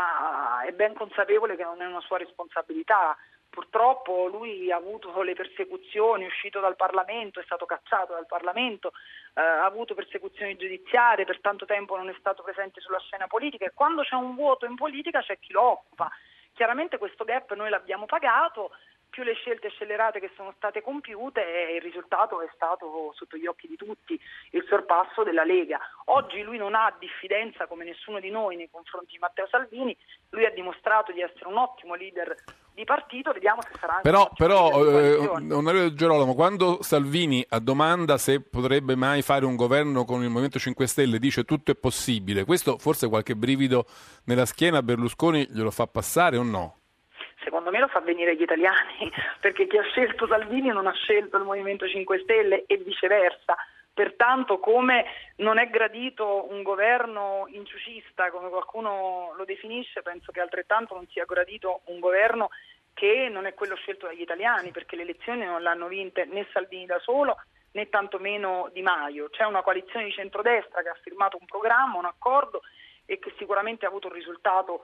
Speaker 9: ma è ben consapevole che non è una sua responsabilità. Purtroppo lui ha avuto le persecuzioni, è uscito dal Parlamento, è stato cacciato dal Parlamento, ha avuto persecuzioni giudiziarie, per tanto tempo non è stato presente sulla scena politica, e quando c'è un vuoto in politica c'è chi lo occupa. Chiaramente questo gap noi l'abbiamo pagato, più le scelte scellerate che sono state compiute, e il risultato è stato sotto gli occhi di tutti, il sorpasso della Lega. Oggi lui non ha diffidenza come nessuno di noi nei confronti di Matteo Salvini, lui ha dimostrato di essere un ottimo leader di partito, vediamo se sarà anche
Speaker 5: però onorevole Gerolamo, quando Salvini a domanda se potrebbe mai fare un governo con il Movimento 5 Stelle dice tutto è possibile, questo forse qualche brivido nella schiena a Berlusconi glielo fa passare o no?
Speaker 9: Secondo me lo fa venire gli italiani, perché chi ha scelto Salvini non ha scelto il Movimento 5 Stelle e viceversa. Pertanto, come non è gradito un governo inciucista, come qualcuno lo definisce, penso che altrettanto non sia gradito un governo che non è quello scelto dagli italiani, perché le elezioni non l'hanno vinte né Salvini da solo né tantomeno Di Maio. C'è una coalizione di centrodestra che ha firmato un programma, un accordo, e che sicuramente ha avuto un risultato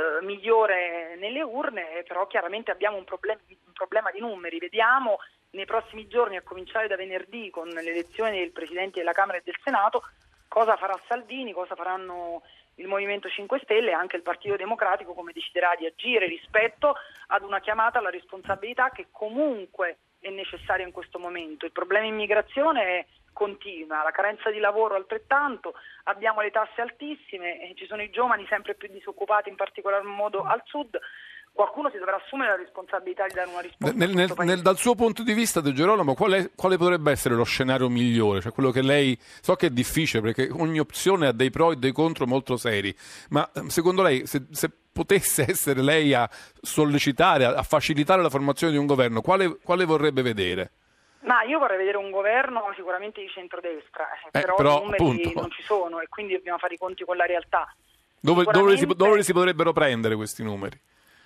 Speaker 9: migliore nelle urne, però chiaramente abbiamo un problema di numeri. Vediamo nei prossimi giorni, a cominciare da venerdì con le elezioni del Presidente della Camera e del Senato, cosa farà Salvini, cosa faranno il Movimento 5 Stelle e anche il Partito Democratico, come deciderà di agire rispetto ad una chiamata alla responsabilità che comunque è necessaria in questo momento. Il problema immigrazione continua, la carenza di lavoro altrettanto, abbiamo le tasse altissime, ci sono i giovani sempre più disoccupati, in particolar modo al sud. Qualcuno si dovrà assumere la responsabilità di dare una risposta.
Speaker 5: Dal suo punto di vista, De Gerolamo, quale potrebbe essere lo scenario migliore? Cioè quello che lei, so che è difficile perché ogni opzione ha dei pro e dei contro molto seri, ma secondo lei se potesse essere lei a sollecitare, a facilitare la formazione di un governo, quale vorrebbe vedere?
Speaker 9: Ma io vorrei vedere un governo sicuramente di centrodestra, però i numeri appunto non ci sono e quindi dobbiamo fare i conti con la realtà.
Speaker 5: Dove si potrebbero prendere questi numeri?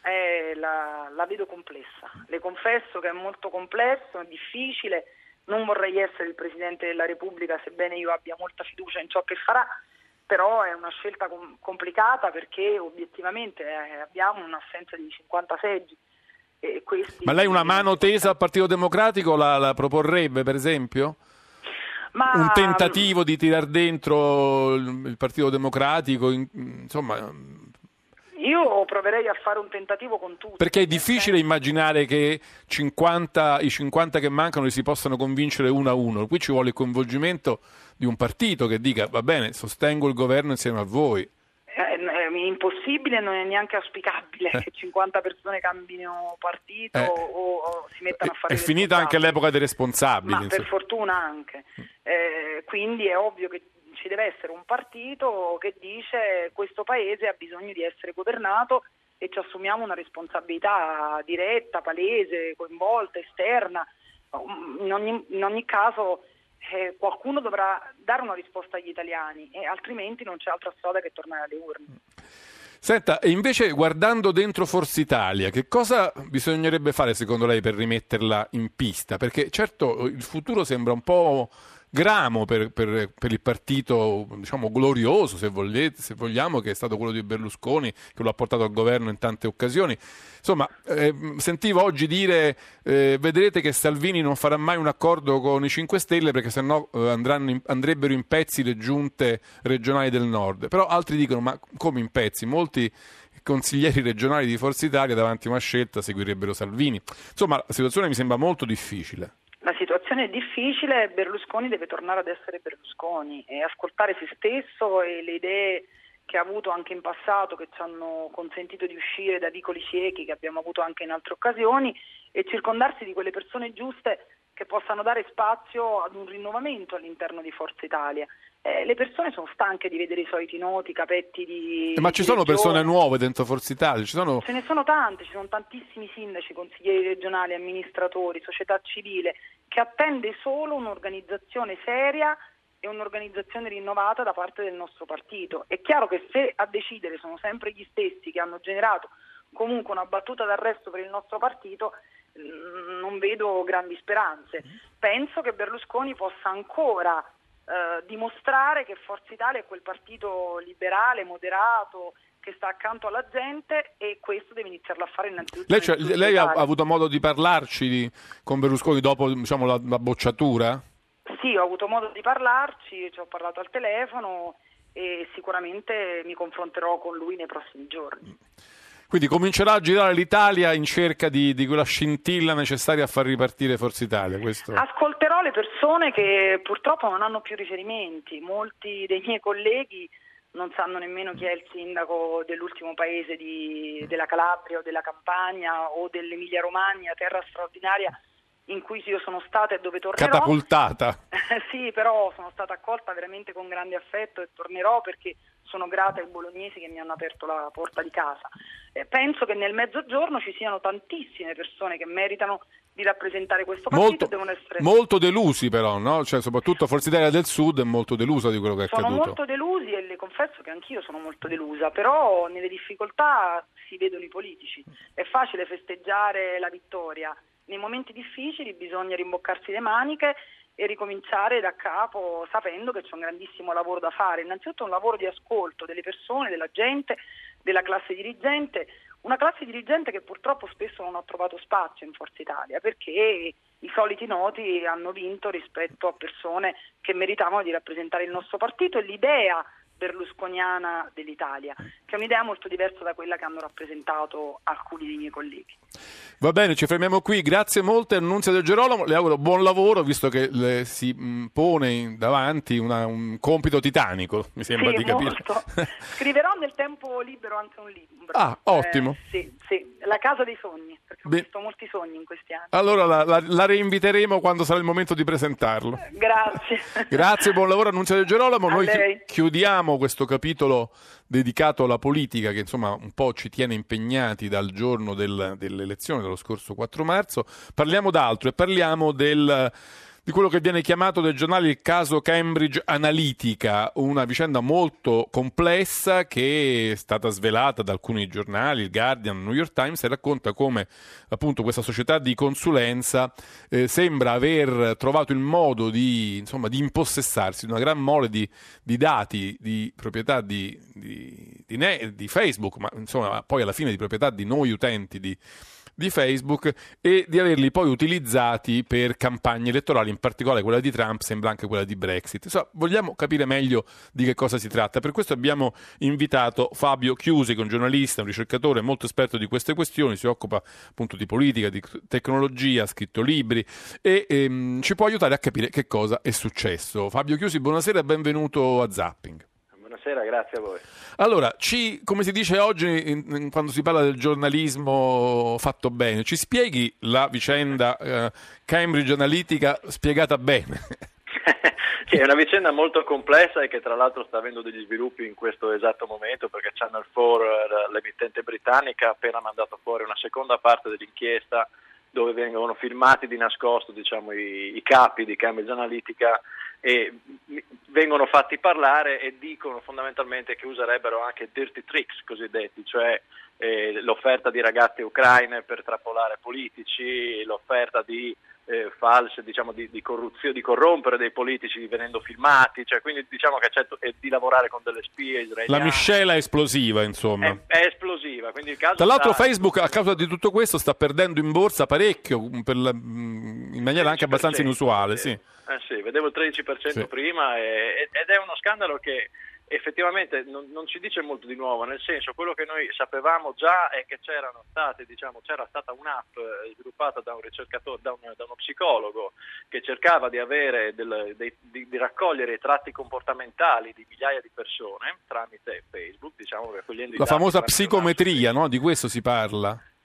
Speaker 9: La vedo complessa, le confesso che è molto complesso, è difficile, non vorrei essere il Presidente della Repubblica, sebbene io abbia molta fiducia in ciò che farà, però è una scelta complicata perché obiettivamente abbiamo un'assenza di 50 seggi.
Speaker 5: Ma lei una mano tesa al Partito Democratico la proporrebbe, per esempio? Un tentativo di tirar dentro il Partito Democratico, insomma.
Speaker 9: Io proverei a fare un tentativo con tutti.
Speaker 5: Perché è difficile immaginare che i 50 che mancano li si possano convincere uno a uno. Qui ci vuole il coinvolgimento di un partito che dica va bene, sostengo il governo insieme a voi.
Speaker 9: È impossibile, non è neanche auspicabile che 50 persone cambino partito o si mettano a fare.
Speaker 5: È finita anche l'epoca dei responsabili.
Speaker 9: Ma per fortuna anche. Quindi è ovvio che ci deve essere un partito che dice questo paese ha bisogno di essere governato e ci assumiamo una responsabilità diretta, palese, coinvolta, esterna. In ogni caso qualcuno dovrà dare una risposta agli italiani e altrimenti non c'è altra strada che tornare alle urne.
Speaker 5: Senta, e invece guardando dentro Forza Italia, che cosa bisognerebbe fare secondo lei per rimetterla in pista? Perché certo il futuro sembra un po' gramo per il partito, diciamo glorioso se vogliamo, che è stato quello di Berlusconi, che lo ha portato al governo in tante occasioni. Insomma, sentivo oggi dire vedrete che Salvini non farà mai un accordo con i 5 Stelle perché sennò andrebbero in pezzi le giunte regionali del nord. Però altri dicono ma come in pezzi? Molti consiglieri regionali di Forza Italia davanti a una scelta seguirebbero Salvini. Insomma, la situazione mi sembra molto difficile.
Speaker 9: La situazione è difficile, Berlusconi deve tornare ad essere Berlusconi e ascoltare se stesso e le idee che ha avuto anche in passato, che ci hanno consentito di uscire da vicoli ciechi che abbiamo avuto anche in altre occasioni, e circondarsi di quelle persone giuste che possano dare spazio ad un rinnovamento all'interno di Forza Italia. Le persone sono stanche di vedere i soliti noti, capetti di...
Speaker 5: Ma ci sono persone nuove dentro Forza Italia?
Speaker 9: Ce ne sono tante, ci sono tantissimi sindaci, consiglieri regionali, amministratori, società civile, che attende solo un'organizzazione seria e un'organizzazione rinnovata da parte del nostro partito. È chiaro che se a decidere sono sempre gli stessi che hanno generato comunque una battuta d'arresto per il nostro partito, non vedo grandi speranze. Penso che Berlusconi possa ancora dimostrare che Forza Italia è quel partito liberale, moderato, che sta accanto alla gente, e questo deve iniziarlo a fare innanzitutto.
Speaker 5: Lei ha avuto modo di parlarci con Berlusconi dopo la bocciatura?
Speaker 9: Sì, ho avuto modo di parlarci, ci ho parlato al telefono e sicuramente mi confronterò con lui nei prossimi giorni.
Speaker 5: Quindi comincerà a girare l'Italia in cerca di quella scintilla necessaria a far ripartire Forza Italia. Questo...
Speaker 9: Ascolterò le persone che purtroppo non hanno più riferimenti. Molti dei miei colleghi non sanno nemmeno chi è il sindaco dell'ultimo paese della Calabria o della Campania o dell'Emilia Romagna, terra straordinaria in cui io sono stata e dove tornerò.
Speaker 5: Catapultata.
Speaker 9: Sì, però sono stata accolta veramente con grande affetto e tornerò perché sono grata ai bolognesi che mi hanno aperto la porta di casa. Penso che nel mezzogiorno ci siano tantissime persone che meritano di rappresentare questo partito. Devono essere
Speaker 5: molto delusi però, no? Cioè, soprattutto Forza Italia del Sud è molto delusa di quello che è accaduto.
Speaker 9: Sono molto delusi e le confesso che anch'io sono molto delusa, però nelle difficoltà si vedono i politici. È facile festeggiare la vittoria. Nei momenti difficili bisogna rimboccarsi le maniche e ricominciare da capo, sapendo che c'è un grandissimo lavoro da fare. Innanzitutto un lavoro di ascolto delle persone, della gente, della classe dirigente, una classe dirigente che purtroppo spesso non ha trovato spazio in Forza Italia, perché i soliti noti hanno vinto rispetto a persone che meritavano di rappresentare il nostro partito e l'idea berlusconiana dell'Italia, che è un'idea molto diversa da quella che hanno rappresentato alcuni dei miei colleghi.
Speaker 5: Va bene, ci fermiamo qui. Grazie molte, Annunzia De Gerolamo. Le auguro buon lavoro, visto che le si pone davanti un compito titanico, mi sembra di capire.
Speaker 9: Scriverò nel tempo libero anche un libro.
Speaker 5: Ah, ottimo.
Speaker 9: Sì, La casa dei sogni, perché ho visto molti sogni in questi anni.
Speaker 5: Allora la reinviteremo quando sarà il momento di presentarlo.
Speaker 9: Grazie.
Speaker 5: Grazie, buon lavoro Annunzia De Gerolamo. Noi chiudiamo questo capitolo dedicato alla politica che insomma un po' ci tiene impegnati dal giorno delle elezioni dello scorso 4 marzo. Parliamo d'altro e parliamo di quello che viene chiamato dai giornali il caso Cambridge Analytica, una vicenda molto complessa che è stata svelata da alcuni giornali, il Guardian, il New York Times, e racconta come appunto questa società di consulenza sembra aver trovato il modo di impossessarsi di una gran mole di dati di proprietà di Facebook, ma insomma poi alla fine di proprietà di noi utenti di Facebook, e di averli poi utilizzati per campagne elettorali, in particolare quella di Trump, sembra anche quella di Brexit. Insomma, vogliamo capire meglio di che cosa si tratta. Per questo abbiamo invitato Fabio Chiusi, che è un giornalista, un ricercatore molto esperto di queste questioni, si occupa appunto di politica, di tecnologia, ha scritto libri e ci può aiutare a capire che cosa è successo. Fabio Chiusi, buonasera e benvenuto a Zapping.
Speaker 10: Buonasera, grazie a voi.
Speaker 5: Allora, come si dice oggi quando si parla del giornalismo fatto bene, ci spieghi la vicenda Cambridge Analytica spiegata bene?
Speaker 10: Sì, è una vicenda molto complessa e che tra l'altro sta avendo degli sviluppi in questo esatto momento, perché Channel 4, l'emittente britannica, ha appena mandato fuori una seconda parte dell'inchiesta dove vengono filmati di nascosto, diciamo, i capi di Cambridge Analytica e vengono fatti parlare e dicono fondamentalmente che userebbero anche dirty tricks cosiddetti, cioè l'offerta di ragazze ucraine per trappolare politici, l'offerta di false, diciamo, di corruzione, di corrompere dei politici venendo filmati, cioè quindi diciamo che c'è di lavorare con delle spie israeliane.
Speaker 5: La miscela è esplosiva, insomma.
Speaker 10: È esplosiva, quindi il caso
Speaker 5: tra l'altro Facebook a causa di tutto questo sta perdendo in borsa parecchio in maniera anche abbastanza inusuale, sì.
Speaker 10: Sì, vedevo il 13% sì. Prima ed è uno scandalo che effettivamente non ci dice molto di nuovo, nel senso, quello che noi sapevamo già è che c'era stata un'app sviluppata da un ricercatore, da uno psicologo che cercava di avere di raccogliere i tratti comportamentali di migliaia di persone tramite Facebook, diciamo, raccogliendo
Speaker 5: la famosa psicometria, no? Di questo si parla.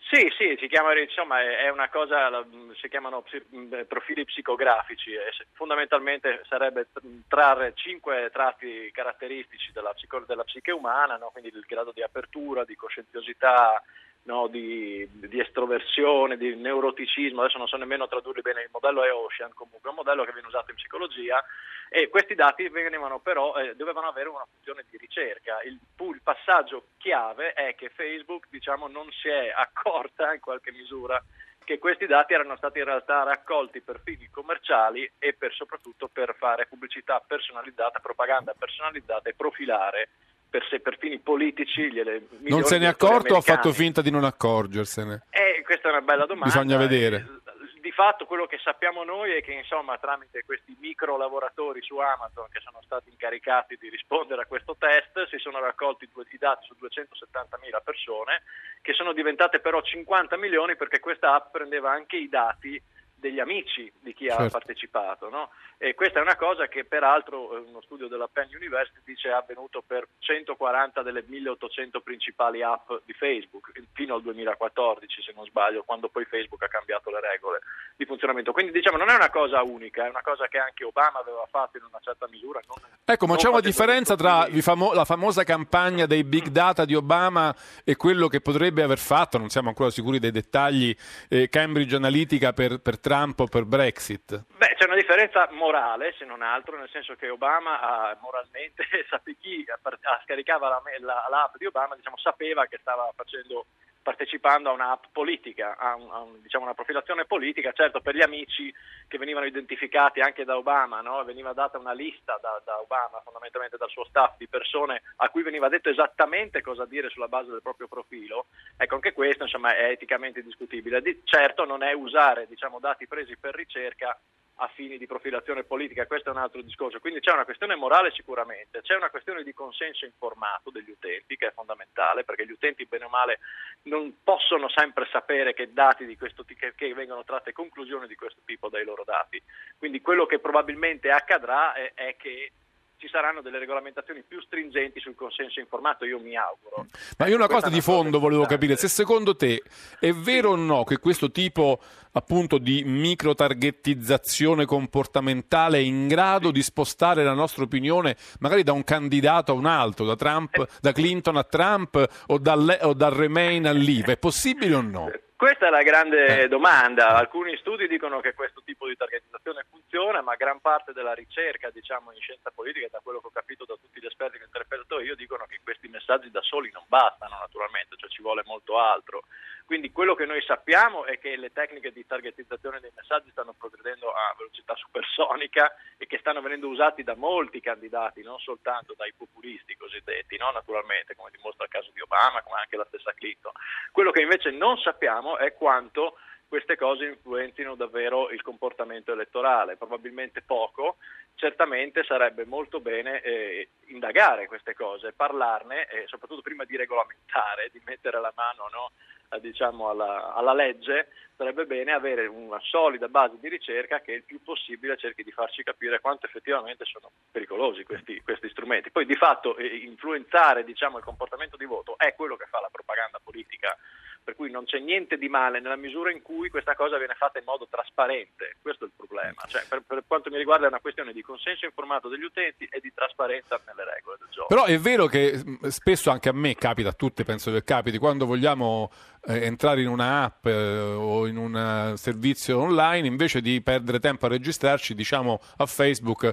Speaker 10: Sì, si chiama, insomma, è una cosa, si chiamano profili psicografici, e fondamentalmente sarebbe trarre 5 tratti caratteristici della psiche umana, no? Quindi il grado di apertura, di coscienziosità, no? di estroversione, di neuroticismo, adesso non so nemmeno tradurli bene, il modello è Ocean, comunque è un modello che viene usato in psicologia, e questi dati venivano però, dovevano avere una funzione di ricerca. Il passaggio chiave è che Facebook, diciamo, non si è accorta in qualche misura che questi dati erano stati in realtà raccolti per fini commerciali e soprattutto per fare pubblicità personalizzata, propaganda personalizzata e profilare per fini politici
Speaker 5: non se ne è accorto o ha fatto finta di non accorgersene?
Speaker 10: Questa è una bella domanda.
Speaker 5: Bisogna vedere.
Speaker 10: Di fatto quello che sappiamo noi è che, insomma, tramite questi micro lavoratori su Amazon che sono stati incaricati di rispondere a questo test, si sono raccolti i dati su 270.000 persone, che sono diventate però 50 milioni perché questa app prendeva anche i dati degli amici di chi ha partecipato, no? E questa è una cosa che peraltro uno studio della Penn University dice è avvenuto per 140 delle 1800 principali app di Facebook fino al 2014, se non sbaglio, quando poi Facebook ha cambiato le regole di funzionamento. Quindi, diciamo, non è una cosa unica, è una cosa che anche Obama aveva fatto in una certa misura.
Speaker 5: Ecco, ma c'è una differenza tra la famosa campagna dei big data di Obama e quello che potrebbe aver fatto, non siamo ancora sicuri dei dettagli, Cambridge Analytica per Trump o per Brexit?
Speaker 10: Beh, c'è una differenza morale, se non altro, nel senso che Obama moralmente, chi scaricava l'app di Obama, diciamo, sapeva che stava partecipando a un'app politica, diciamo una profilazione politica. Certo, per gli amici che venivano identificati anche da Obama, no? Veniva data una lista da Obama, fondamentalmente dal suo staff, di persone a cui veniva detto esattamente cosa dire sulla base del proprio profilo. Ecco, anche questo, insomma, è eticamente discutibile. Certo non è usare, diciamo, dati presi per ricerca a fini di profilazione politica, questo è un altro discorso. Quindi c'è una questione morale sicuramente, c'è una questione di consenso informato degli utenti che è fondamentale, perché gli utenti bene o male non possono sempre sapere che dati di questo tipo, che vengono tratte conclusioni di questo tipo dai loro dati. Quindi quello che probabilmente accadrà è che ci saranno delle regolamentazioni più stringenti sul consenso informato, io mi auguro.
Speaker 5: Ma io una cosa di fondo volevo capire, se secondo te è vero o no che questo tipo appunto di microtargettizzazione comportamentale è in grado di spostare la nostra opinione magari da un candidato a un altro, da Clinton a Trump o dal Remain al Leave, è possibile o no?
Speaker 10: Questa è la grande domanda. Alcuni studi dicono che questo tipo di targetizzazione funziona, ma gran parte della ricerca, diciamo, in scienza politica, da quello che ho capito da tutti gli esperti che ho interpellato io, dicono che questi messaggi da soli non bastano, naturalmente, cioè ci vuole molto altro. Quindi quello che noi sappiamo è che le tecniche di targetizzazione dei messaggi stanno progredendo a velocità supersonica e che stanno venendo usati da molti candidati, non soltanto dai populisti cosiddetti, no? Naturalmente, come dimostra il caso di Obama, come anche la stessa Clinton. Quello che invece non sappiamo è quanto queste cose influenzino davvero il comportamento elettorale, probabilmente poco. Certamente sarebbe molto bene indagare queste cose, parlarne e soprattutto prima di regolamentare, di mettere la mano, no, diciamo alla legge, sarebbe bene avere una solida base di ricerca che il più possibile cerchi di farci capire quanto effettivamente sono pericolosi questi strumenti. Poi di fatto influenzare, diciamo, il comportamento di voto è quello che fa la propaganda politica, per cui non c'è niente di male nella misura in cui questa cosa viene fatta in modo trasparente. Questo è il problema. Cioè, per quanto mi riguarda è una questione di consenso informato degli utenti e di trasparenza nelle regole del gioco.
Speaker 5: Però è vero che spesso anche a me capita, a tutti penso che capiti, quando vogliamo entrare in una app o in un servizio online, invece di perdere tempo a registrarci, diciamo a Facebook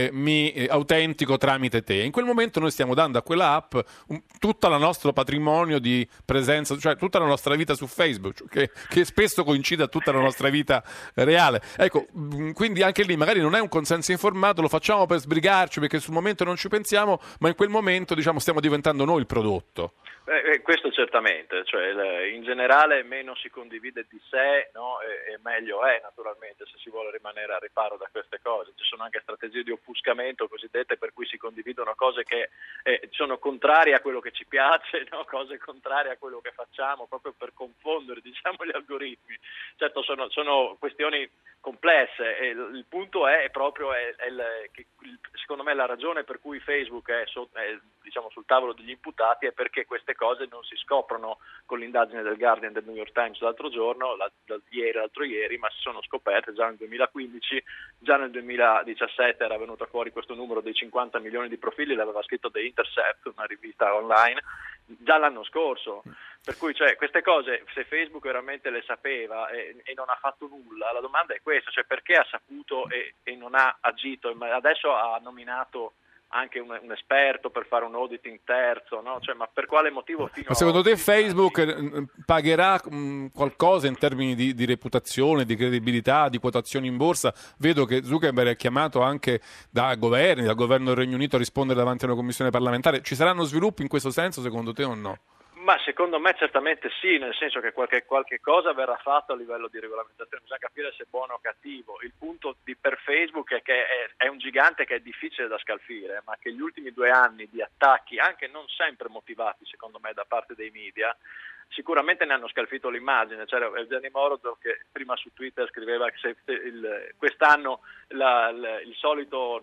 Speaker 5: mi autentico tramite te. In quel momento noi stiamo dando a quella app tutto il nostro patrimonio di presenza, cioè tutta la nostra vita su Facebook, che spesso coincide a tutta la nostra vita reale. Ecco, quindi anche lì magari non è un consenso informato, lo facciamo per sbrigarci perché sul momento non ci pensiamo, ma in quel momento, diciamo, stiamo diventando noi il prodotto.
Speaker 10: Questo certamente, cioè in generale meno si condivide di sé, no? E meglio è, naturalmente, se si vuole rimanere a riparo da queste cose. Ci sono anche strategie di offuscamento cosiddette per cui si condividono cose che sono contrarie a quello che ci piace, no? Cose contrarie a quello che facciamo, proprio per confondere, diciamo, gli algoritmi. Certo sono questioni complesse e il punto è proprio che secondo me la ragione per cui Facebook è diciamo sul tavolo degli imputati è perché queste cose non si scoprono con l'indagine del Guardian e del New York Times l'altro giorno, l'altro ieri, ma si sono scoperte già nel 2015, già nel 2017 era venuto fuori questo numero dei 50 milioni di profili, l'aveva scritto The Intercept, una rivista online, già l'anno scorso. Per cui queste cose, se Facebook veramente le sapeva e non ha fatto nulla, la domanda è questa, perché ha saputo e non ha agito, ma adesso ha nominato anche un esperto per fare un auditing terzo, no? Ma per quale motivo?
Speaker 5: Ma secondo te Facebook pagherà qualcosa in termini di reputazione, di credibilità, di quotazioni in borsa? Vedo che Zuckerberg è chiamato anche dal governo del Regno Unito a rispondere davanti a una commissione parlamentare. Ci saranno sviluppi in questo senso secondo te o no?
Speaker 10: Ma secondo me certamente sì, nel senso che qualche cosa verrà fatto a livello di regolamentazione, bisogna capire se è buono o cattivo. Il punto per Facebook è che è un gigante che è difficile da scalfire, ma che gli ultimi 2 anni di attacchi, anche non sempre motivati secondo me da parte dei media, sicuramente ne hanno scalfito l'immagine. C'era Evgeny Morozov che prima su Twitter scriveva che quest'anno il solito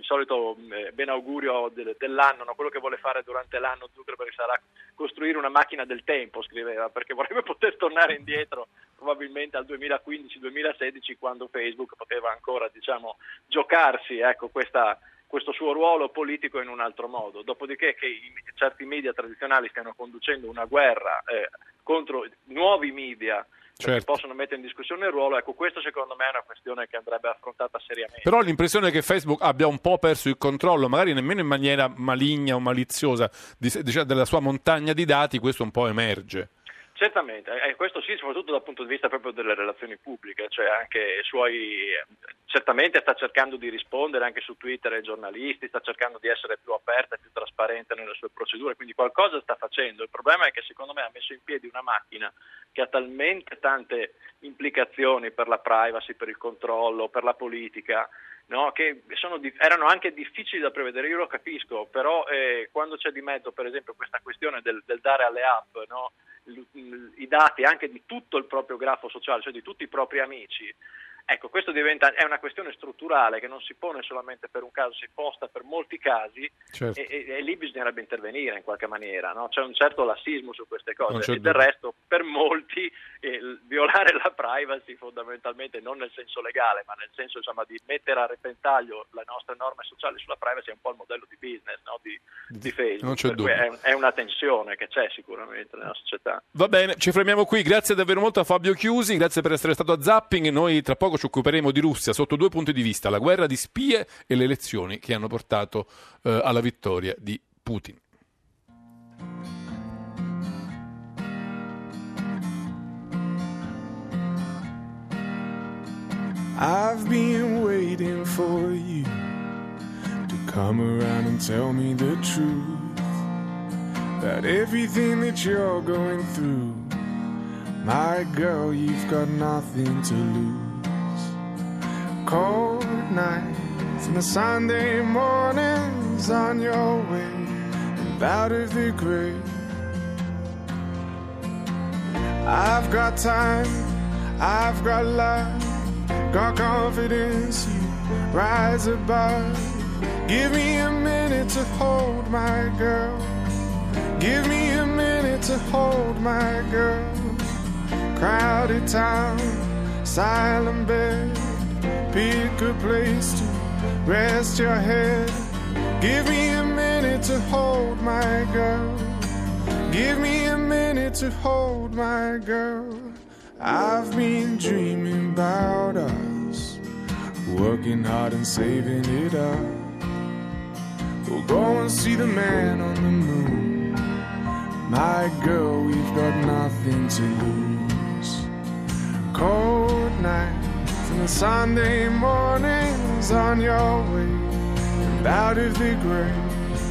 Speaker 10: ben augurio dell'anno, no? Quello che vuole fare durante l'anno Zuckerberg sarà costruire una macchina del tempo, scriveva, perché vorrebbe poter tornare indietro probabilmente al 2015-2016, quando Facebook poteva ancora giocarsi questo suo ruolo politico in un altro modo. Dopodiché che certi media tradizionali stiano conducendo una guerra contro nuovi media che possono mettere in discussione il ruolo, questo secondo me è una questione che andrebbe affrontata seriamente.
Speaker 5: Però ho l'impressione che Facebook abbia un po' perso il controllo, magari nemmeno in maniera maligna o maliziosa, della sua montagna di dati, questo un po' emerge.
Speaker 10: Certamente, questo sì, soprattutto dal punto di vista proprio delle relazioni pubbliche, anche certamente sta cercando di rispondere anche su Twitter ai giornalisti, sta cercando di essere più aperta e più trasparente nelle sue procedure, quindi qualcosa sta facendo. Il problema è che secondo me ha messo in piedi una macchina che ha talmente tante implicazioni per la privacy, per il controllo, per la politica, no? Che erano anche difficili da prevedere. Io lo capisco, però quando c'è di mezzo per esempio questa questione del dare alle app, no? I dati anche di tutto il proprio grafo sociale, di tutti i propri amici, questo è una questione strutturale che non si pone solamente per un caso, si posta per molti casi, e lì bisognerebbe intervenire in qualche maniera, no? C'è un certo lassismo su queste cose, e del resto per molti violare la privacy fondamentalmente non nel senso legale, ma nel senso di mettere a repentaglio le nostre norme sociali sulla privacy è un po' il modello di business, no? di Facebook, è una tensione che c'è sicuramente nella società.
Speaker 5: Va bene, ci fermiamo qui, grazie davvero molto a Fabio Chiusi, grazie per essere stato a Zapping. Noi tra poco ci occuperemo di Russia sotto 2 punti di vista: la guerra di spie e le elezioni che hanno portato alla vittoria di Putin.
Speaker 11: I've been waiting for you to come around and tell me the truth about everything that you're going through. My girl, you've got nothing to lose. Cold nights and the Sunday mornings on your way and out of the grave. I've got time, I've got love, got confidence, you rise above. Give me a minute to hold my girl. Give me a minute to hold my girl. Crowded town, silent bed, pick a place to rest your head. Give me a minute to hold my girl. Give me a minute to hold my girl. I've been dreaming about us, working hard and saving it up. We'll go and see the man on the moon. My girl, we've got nothing to lose. Cold nights and Sunday mornings on your way and out of the grave.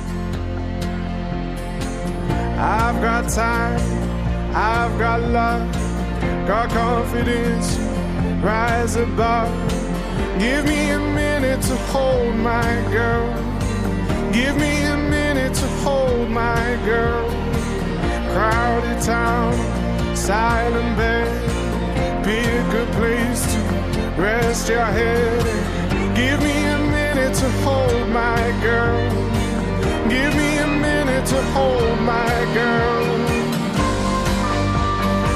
Speaker 11: I've got time, I've got love, got confidence, rise above. Give me a minute to hold my girl. Give me a minute to hold my girl. Crowded town, silent bed, pick a place to rest your head. Give me a minute to hold my girl. Give me a minute to hold my girl.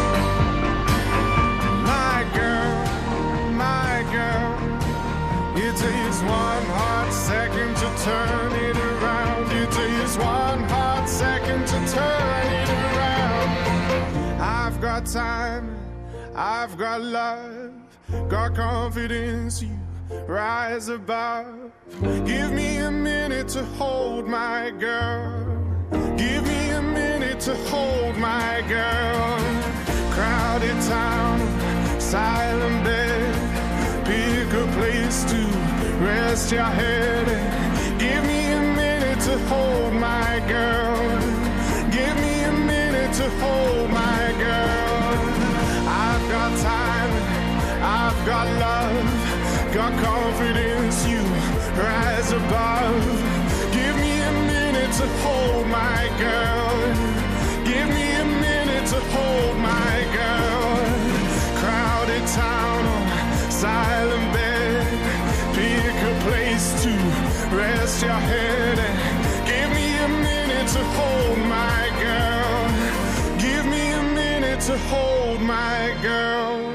Speaker 11: got time, I've got love, got confidence, you rise above. Give me a minute to hold my girl. Give me a minute to hold my girl. Crowded town, silent bed, pick a place to rest your head. Give me a minute to hold my girl. Give me a minute to hold my girl. I've got time, I've got love, got confidence, you rise above. Give me a minute to hold my girl. Give me a minute to hold my girl. Crowded town, silent bed, pick a place to rest your head. Give me a minute to hold my girl. Give me a minute to hold my girl.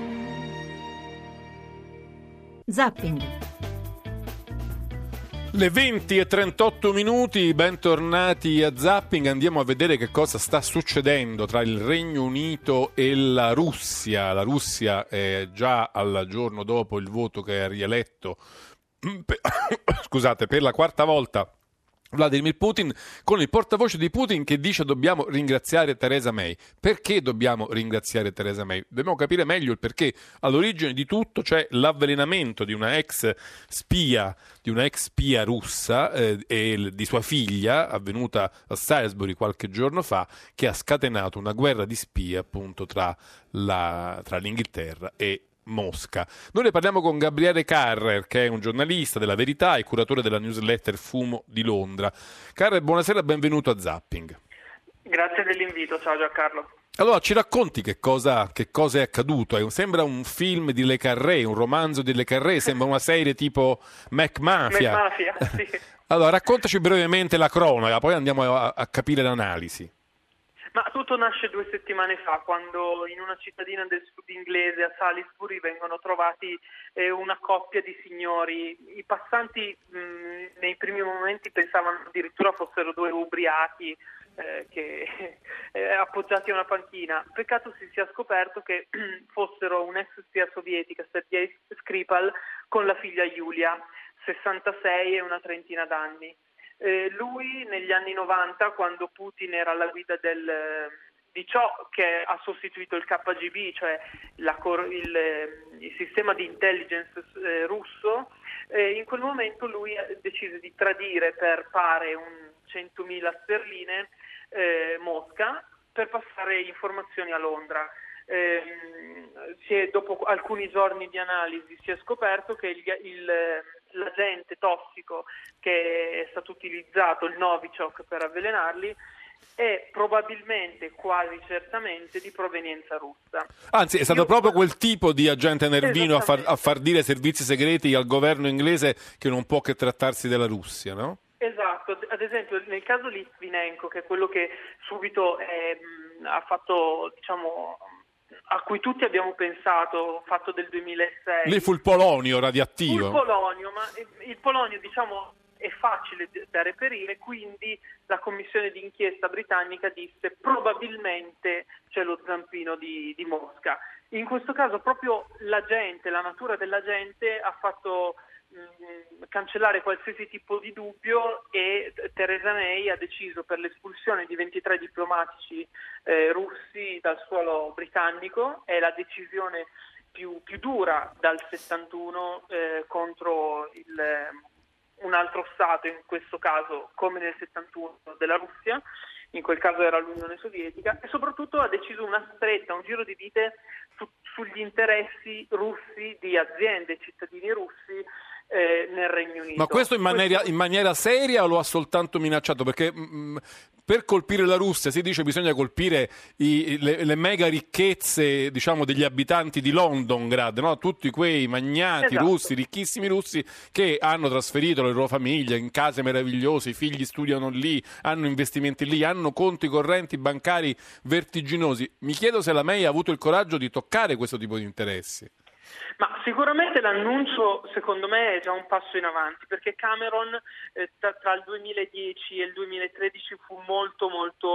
Speaker 4: Zapping.
Speaker 5: Le 20:38 minuti, bentornati a Zapping. Andiamo a vedere che cosa sta succedendo tra il Regno Unito e la Russia. La Russia è già al giorno dopo il voto che ha rieletto per la quarta volta Vladimir Putin, con il portavoce di Putin che dice dobbiamo ringraziare Theresa May. Perché dobbiamo ringraziare Theresa May? Dobbiamo capire meglio il perché. All'origine di tutto c'è l'avvelenamento di una ex spia russa e di sua figlia, avvenuta a Salisbury qualche giorno fa, che ha scatenato una guerra di spie appunto tra l'Inghilterra e Mosca. Noi ne parliamo con Gabriele Carrer, che è un giornalista della Verità e curatore della newsletter Fumo di Londra. Carrer, buonasera, benvenuto a Zapping.
Speaker 12: Grazie dell'invito, ciao Giancarlo.
Speaker 5: Allora, ci racconti che cosa è accaduto? Sembra un film di Le Carré, un romanzo di Le Carré, sembra una serie tipo McMafia.
Speaker 12: McMafia, sì.
Speaker 5: Allora, raccontaci brevemente la cronaca, poi andiamo a capire l'analisi.
Speaker 12: Ma tutto nasce 2 settimane fa, quando in una cittadina del sud inglese, a Salisbury, vengono trovati una coppia di signori. I passanti nei primi momenti pensavano addirittura fossero 2 ubriachi appoggiati a una panchina. Peccato si sia scoperto che fossero un'ex spia sovietica, Sergei Skripal, con la figlia Yulia, 66 e una trentina d'anni. Lui negli anni 90, quando Putin era alla guida di ciò che ha sostituito il KGB, cioè il sistema di intelligence russo, in quel momento lui decise di tradire per pare 100.000 sterline Mosca per passare informazioni a Londra. Dopo alcuni giorni di analisi si è scoperto che l'agente tossico che è stato utilizzato, il Novichok, per avvelenarli, è probabilmente, quasi certamente, di provenienza russa.
Speaker 5: Anzi, è stato proprio quel tipo di agente nervino a far dire ai servizi segreti al governo inglese che non può che trattarsi della Russia, no?
Speaker 12: Esatto, ad esempio nel caso Litvinenko, che è quello che subito ha fatto, a cui tutti abbiamo pensato, fatto del 2006.
Speaker 5: Lì fu il polonio radioattivo.
Speaker 12: Il polonio, è facile da reperire, quindi la commissione d'inchiesta britannica disse probabilmente c'è lo zampino di Mosca. In questo caso proprio la natura dell'agente ha fatto cancellare qualsiasi tipo di dubbio, e Theresa May ha deciso per l'espulsione di 23 diplomatici russi dal suolo britannico. È la decisione più dura dal 71 contro un altro Stato, in questo caso come nel 71 della Russia, in quel caso era l'Unione Sovietica, e soprattutto ha deciso un giro di vite sugli interessi russi di aziende e cittadini russi nel Regno Unito.
Speaker 5: Ma questo in maniera seria o lo ha soltanto minacciato? Perché per colpire la Russia si dice bisogna colpire le mega ricchezze, degli abitanti di Londongrad, no? Tutti quei magnati russi, ricchissimi russi, che hanno trasferito le loro famiglie in case meravigliose, i figli studiano lì, hanno investimenti lì, hanno conti correnti bancari vertiginosi. Mi chiedo se la May ha avuto il coraggio di toccare questo tipo di interessi.
Speaker 12: Ma sicuramente l'annuncio, secondo me, è già un passo in avanti, perché Cameron tra il 2010 e il 2013 fu molto molto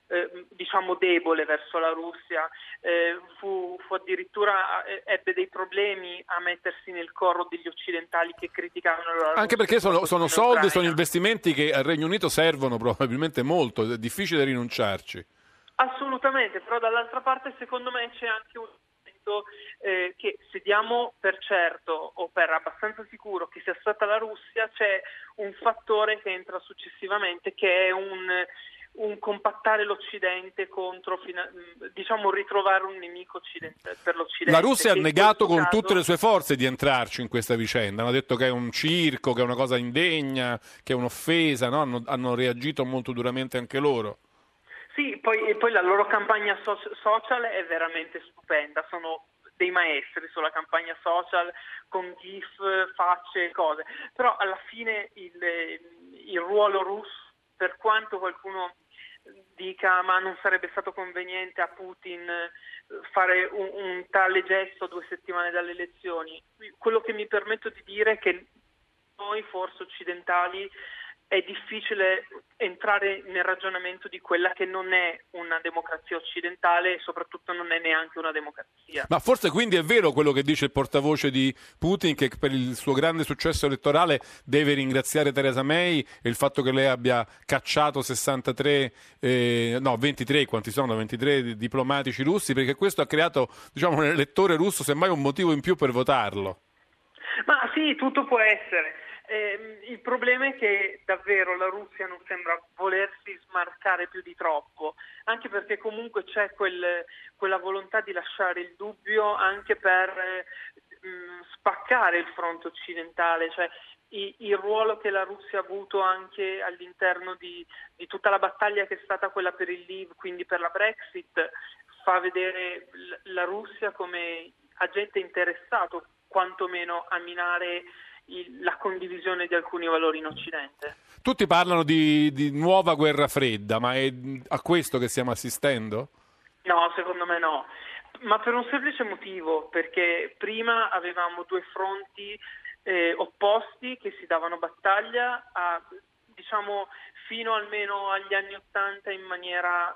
Speaker 12: diciamo debole verso la Russia, fu addirittura ebbe dei problemi a mettersi nel coro degli occidentali che criticavano la Russia.
Speaker 5: Anche perché sono soldi, sono investimenti che al Regno Unito servono probabilmente molto, è difficile rinunciarci.
Speaker 12: Assolutamente, però dall'altra parte secondo me c'è anche un elemento che se diamo per certo o per abbastanza sicuro che sia stata la Russia, c'è un fattore che entra successivamente, che è un compattare l'Occidente contro, diciamo, ritrovare un nemico per l'Occidente.
Speaker 5: La Russia ha negato con tutte le sue forze di entrarci in questa vicenda, hanno detto che è un circo, che è una cosa indegna, che è un'offesa, no? Hanno reagito molto duramente anche loro.
Speaker 12: Sì, poi la loro campagna social è veramente stupenda, sono dei maestri sulla campagna social con gif, facce, cose, però alla fine il ruolo russo, per quanto qualcuno dica ma non sarebbe stato conveniente a Putin fare un tale gesto 2 settimane dalle elezioni, quello che mi permetto di dire è che noi forse occidentali è difficile entrare nel ragionamento di quella che non è una democrazia occidentale e soprattutto non è neanche una democrazia.
Speaker 5: Ma forse quindi è vero quello che dice il portavoce di Putin, che per il suo grande successo elettorale deve ringraziare Theresa May e il fatto che lei abbia cacciato 23 diplomatici russi, perché questo ha creato, diciamo, nell'elettore russo semmai un motivo in più per votarlo.
Speaker 12: Ma sì, tutto può essere. Il problema è che davvero la Russia non sembra volersi smarcare più di troppo, anche perché comunque c'è quella volontà di lasciare il dubbio anche per spaccare il fronte occidentale, cioè il ruolo che la Russia ha avuto anche all'interno di tutta la battaglia che è stata quella per il Leave, quindi per la Brexit, fa vedere la Russia come agente interessato quantomeno a minare la condivisione di alcuni valori in Occidente.
Speaker 5: Tutti parlano di nuova guerra fredda, ma è a questo che stiamo assistendo?
Speaker 12: No, secondo me no, ma per un semplice motivo, perché prima avevamo 2 fronti opposti che si davano battaglia diciamo fino almeno agli anni '80 in maniera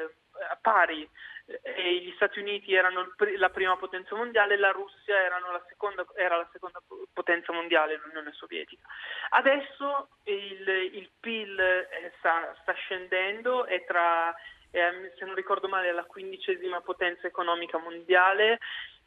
Speaker 12: pari. E gli Stati Uniti erano la prima potenza mondiale, la Russia era la seconda potenza mondiale, l'Unione Sovietica. Adesso il PIL sta scendendo, è se non ricordo male, la 15ª potenza economica mondiale.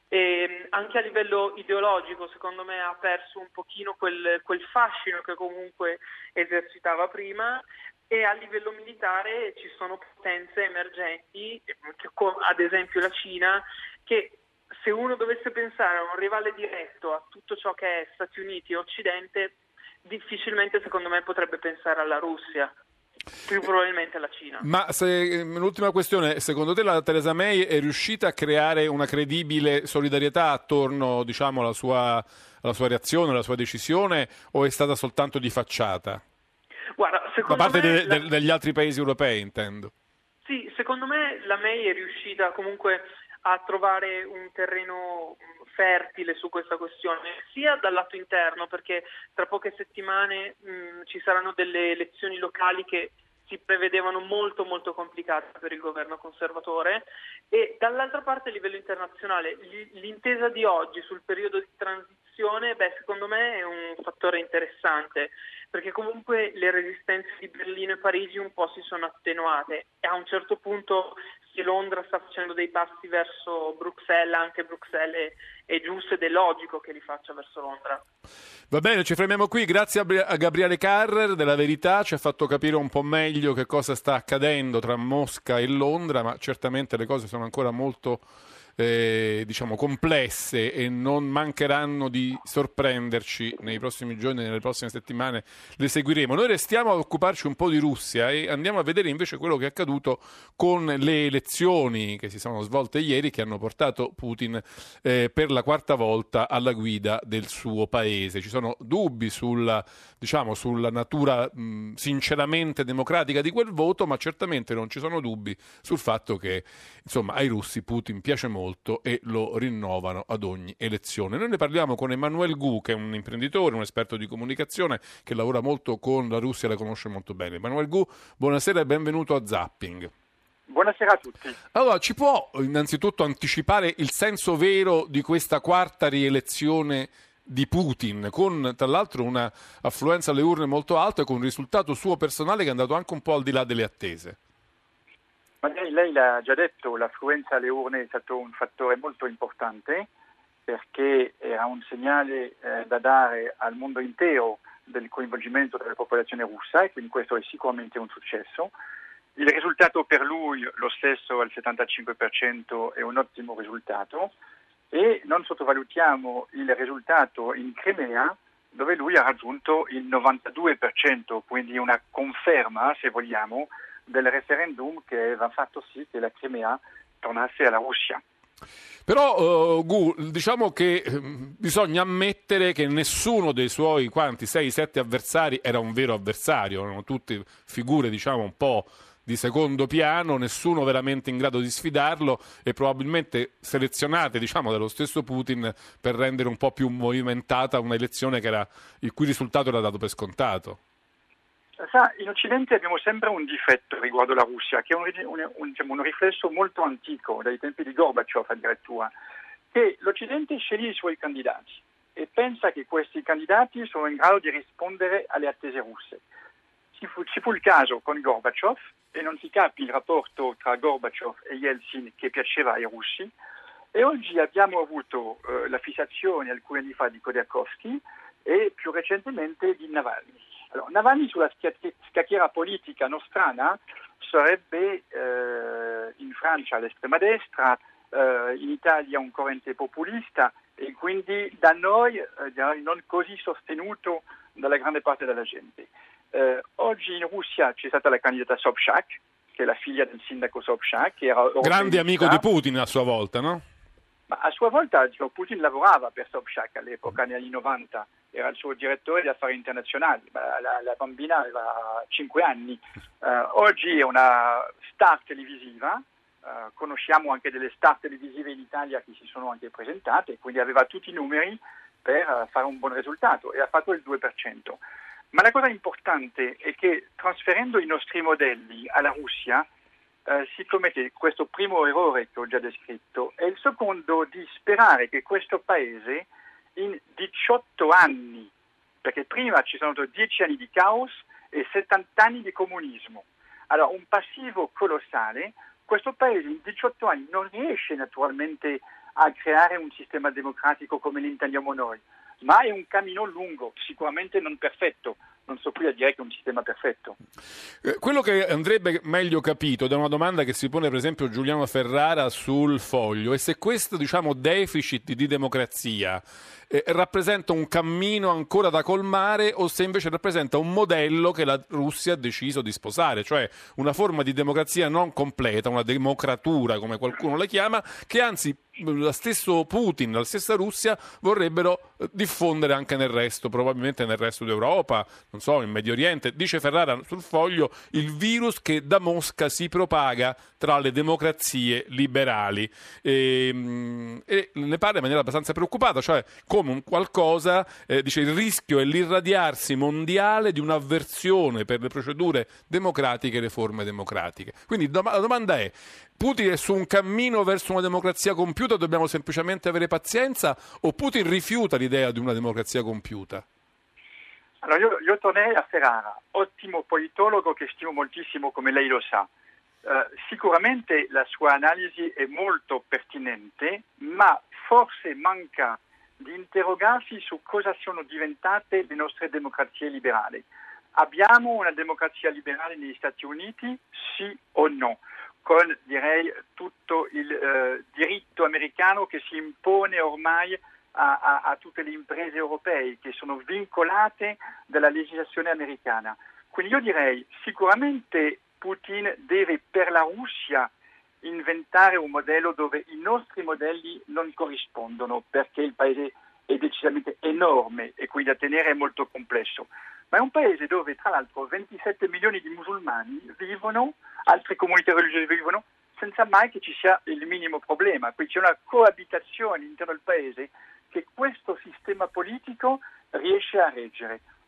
Speaker 12: E anche a livello ideologico, secondo me, ha perso un pochino quel fascino che comunque esercitava prima. E a livello militare ci sono potenze emergenti, ad esempio la Cina, che se uno dovesse pensare a un rivale diretto a tutto ciò che è Stati Uniti e Occidente, difficilmente secondo me potrebbe pensare alla Russia, più probabilmente alla Cina.
Speaker 5: Ma l'ultima questione, secondo te la Theresa May è riuscita a creare una credibile solidarietà attorno, diciamo, alla sua reazione, alla sua decisione, o è stata soltanto di facciata?
Speaker 12: Guarda,
Speaker 5: da parte degli altri paesi europei, intendo.
Speaker 12: Sì, secondo me la May è riuscita comunque a trovare un terreno fertile su questa questione, sia dal lato interno, perché tra poche settimane ci saranno delle elezioni locali che si prevedevano molto molto complicate per il governo conservatore, e dall'altra parte a livello internazionale l'intesa di oggi sul periodo di transizione, secondo me è un fattore interessante, perché comunque le resistenze di Berlino e Parigi un po' si sono attenuate e a un certo punto, se Londra sta facendo dei passi verso Bruxelles, anche Bruxelles è giusto ed è logico che li faccia verso Londra.
Speaker 5: Va bene, ci fermiamo qui. Grazie a Gabriele Carrer della Verità, ci ha fatto capire un po' meglio che cosa sta accadendo tra Mosca e Londra, ma certamente le cose sono ancora molto diciamo complesse e non mancheranno di sorprenderci nei prossimi giorni, nelle prossime settimane le seguiremo. Noi restiamo a occuparci un po' di Russia e andiamo a vedere invece quello che è accaduto con le elezioni che si sono svolte ieri, che hanno portato Putin per la 4ª volta alla guida del suo paese. Ci sono dubbi sulla natura sinceramente democratica di quel voto, ma certamente non ci sono dubbi sul fatto che ai russi Putin piace molto e lo rinnovano ad ogni elezione. Noi ne parliamo con Emmanuel Gu, che è un imprenditore, un esperto di comunicazione che lavora molto con la Russia e la conosce molto bene. Emmanuel Gu, buonasera e benvenuto a Zapping.
Speaker 13: Buonasera a tutti.
Speaker 5: Allora, ci può innanzitutto anticipare il senso vero di questa quarta rielezione di Putin, con tra l'altro una affluenza alle urne molto alta e con un risultato suo personale che è andato anche un po' al di là delle attese?
Speaker 13: Ma lei l'ha già detto, l'affluenza alle urne è stato un fattore molto importante perché era un segnale da dare al mondo intero del coinvolgimento della popolazione russa e quindi questo è sicuramente un successo. Il risultato per lui, lo stesso al 75%, è un ottimo risultato e non sottovalutiamo il risultato in Crimea dove lui ha raggiunto il 92%, quindi una conferma, se vogliamo, del referendum che aveva fatto sì che la Crimea tornasse alla Russia.
Speaker 5: Però diciamo che bisogna ammettere che nessuno dei suoi 6-7 avversari era un vero avversario, erano tutte figure diciamo un po' di secondo piano, nessuno veramente in grado di sfidarlo e probabilmente selezionate diciamo dallo stesso Putin per rendere un po' più movimentata una elezione il cui risultato era dato per scontato.
Speaker 13: Sa, in Occidente abbiamo sempre un difetto riguardo la Russia, che è un riflesso molto antico, dai tempi di Gorbaciov addirittura, che l'Occidente sceglie i suoi candidati e pensa che questi candidati sono in grado di rispondere alle attese russe. Ci fu il caso con Gorbaciov e non si capì il rapporto tra Gorbaciov e Yeltsin che piaceva ai russi e oggi abbiamo avuto la fissazione alcuni anni fa di Khodorkovsky e più recentemente di Navalny. Allora, Navalny sulla scacchiera politica nostrana sarebbe in Francia all'estrema destra, in Italia un corrente populista e quindi da noi non così sostenuto dalla grande parte della gente. Oggi in Russia c'è stata la candidata Sobchak, che è la figlia del sindaco Sobchak, che era
Speaker 5: grande amico di Putin a sua volta, no?
Speaker 13: Ma a sua volta Putin lavorava per Sobchak all'epoca, negli anni 90, era il suo direttore di affari internazionali, la bambina aveva 5 anni. Oggi è una star televisiva, conosciamo anche delle star televisive in Italia che si sono anche presentate, quindi aveva tutti i numeri per fare un buon risultato e ha fatto il 2%. Ma la cosa importante è che trasferendo i nostri modelli alla Russia si commette questo primo errore che ho già descritto e il secondo di sperare che questo paese in 18 anni, perché prima ci sono stati 10 anni di caos e 70 anni di comunismo, allora un passivo colossale, questo paese in 18 anni non riesce naturalmente a creare un sistema democratico come l'intendiamo noi, ma è un cammino lungo, sicuramente non perfetto. Non so qui a dire che è un sistema perfetto.
Speaker 5: Quello che andrebbe meglio capito da una domanda che si pone per esempio Giuliano Ferrara sul Foglio è se questo deficit di democrazia rappresenta un cammino ancora da colmare o se invece rappresenta un modello che la Russia ha deciso di sposare, cioè una forma di democrazia non completa, una democratura come qualcuno la chiama, che anzi lo stesso Putin, la stessa Russia vorrebbero diffondere anche nel resto, probabilmente nel resto d'Europa, non so, in Medio Oriente. Dice Ferrara sul Foglio il virus che da Mosca si propaga tra le democrazie liberali e ne parla in maniera abbastanza preoccupata, cioè come un qualcosa, dice il rischio è l'irradiarsi mondiale di un'avversione per le procedure democratiche e le forme democratiche. Quindi la domanda è: Putin è su un cammino verso una democrazia compiuta, dobbiamo semplicemente avere pazienza, o Putin rifiuta l'idea di una democrazia compiuta?
Speaker 13: Allora io tornerei a Ferrara, ottimo politologo che stimo moltissimo come lei lo sa. Sicuramente la sua analisi è molto pertinente, ma forse manca di interrogarsi su cosa sono diventate le nostre democrazie liberali. Abbiamo una democrazia liberale negli Stati Uniti, sì o no? Con, direi, tutto il diritto americano che si impone ormai a tutte le imprese europee che sono vincolate dalla legislazione americana. Quindi io direi sicuramente Putin deve per la Russia inventare un modello dove i nostri modelli non corrispondono, perché il paese è decisamente enorme e quindi da tenere è molto complesso. Ma è un paese dove tra l'altro 27 milioni di musulmani vivono, altre comunità religiose vivono, senza mai che ci sia il minimo problema. Qui c'è una coabitazione all'interno del paese che questo sistema politico riesce a reggere.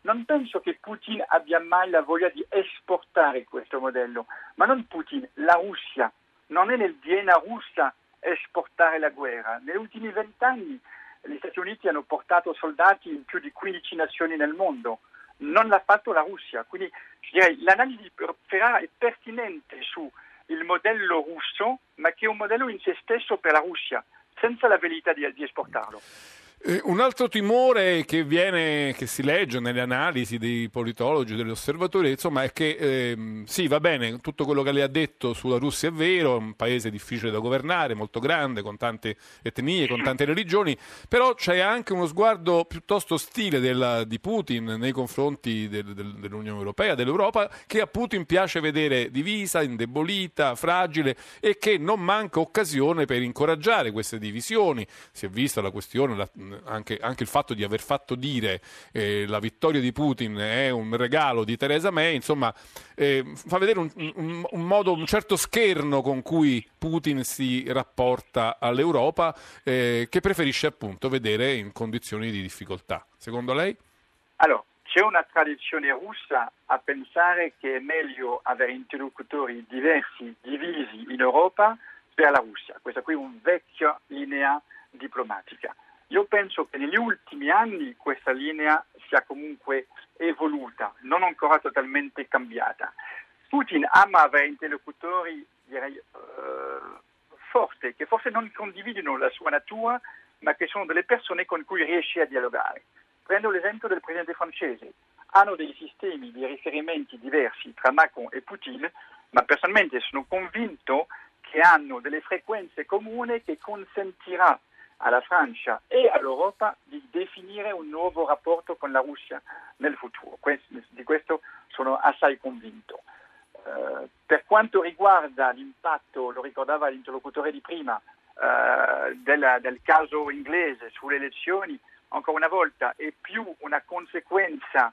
Speaker 13: Non penso che Putin abbia mai la voglia di esportare questo modello, ma non Putin, la Russia. Non è nel DNA russa esportare la guerra. Negli ultimi 20 anni gli Stati Uniti hanno portato soldati in più di 15 nazioni nel mondo. Non l'ha fatto la Russia. Quindi direi l'analisi di Ferrara è pertinente su il modello russo, ma che è un modello in se stesso per la Russia, senza la velleità di esportarlo.
Speaker 5: Un altro timore che si legge nelle analisi dei politologi, degli osservatori, insomma, è che sì, va bene, tutto quello che lei ha detto sulla Russia è vero, è un paese difficile da governare, molto grande, con tante etnie, con tante religioni, però c'è anche uno sguardo piuttosto ostile di Putin nei confronti dell'Unione Europea, dell'Europa, che a Putin piace vedere divisa, indebolita, fragile, e che non manca occasione per incoraggiare queste divisioni. Si è vista la questione, anche il fatto di aver fatto dire la vittoria di Putin è un regalo di Theresa May, insomma, fa vedere un certo scherno con cui Putin si rapporta all'Europa, che preferisce appunto vedere in condizioni di difficoltà. Secondo lei?
Speaker 13: Allora, c'è una tradizione russa a pensare che è meglio avere interlocutori diversi, divisi in Europa per la Russia. Questa qui è una vecchia linea diplomatica. Io penso che negli ultimi anni questa linea sia comunque evoluta, non ancora totalmente cambiata. Putin ama avere interlocutori, direi, forti, che forse non condividono la sua natura, ma che sono delle persone con cui riesce a dialogare. Prendo l'esempio del presidente francese. Hanno dei sistemi di riferimenti diversi tra Macron e Putin, ma personalmente sono convinto che hanno delle frequenze comuni che consentirà alla Francia e all'Europa di definire un nuovo rapporto con la Russia nel futuro. Di questo sono assai convinto. Per quanto riguarda l'impatto, lo ricordava l'interlocutore di prima, del caso inglese sulle elezioni, ancora una volta è più una conseguenza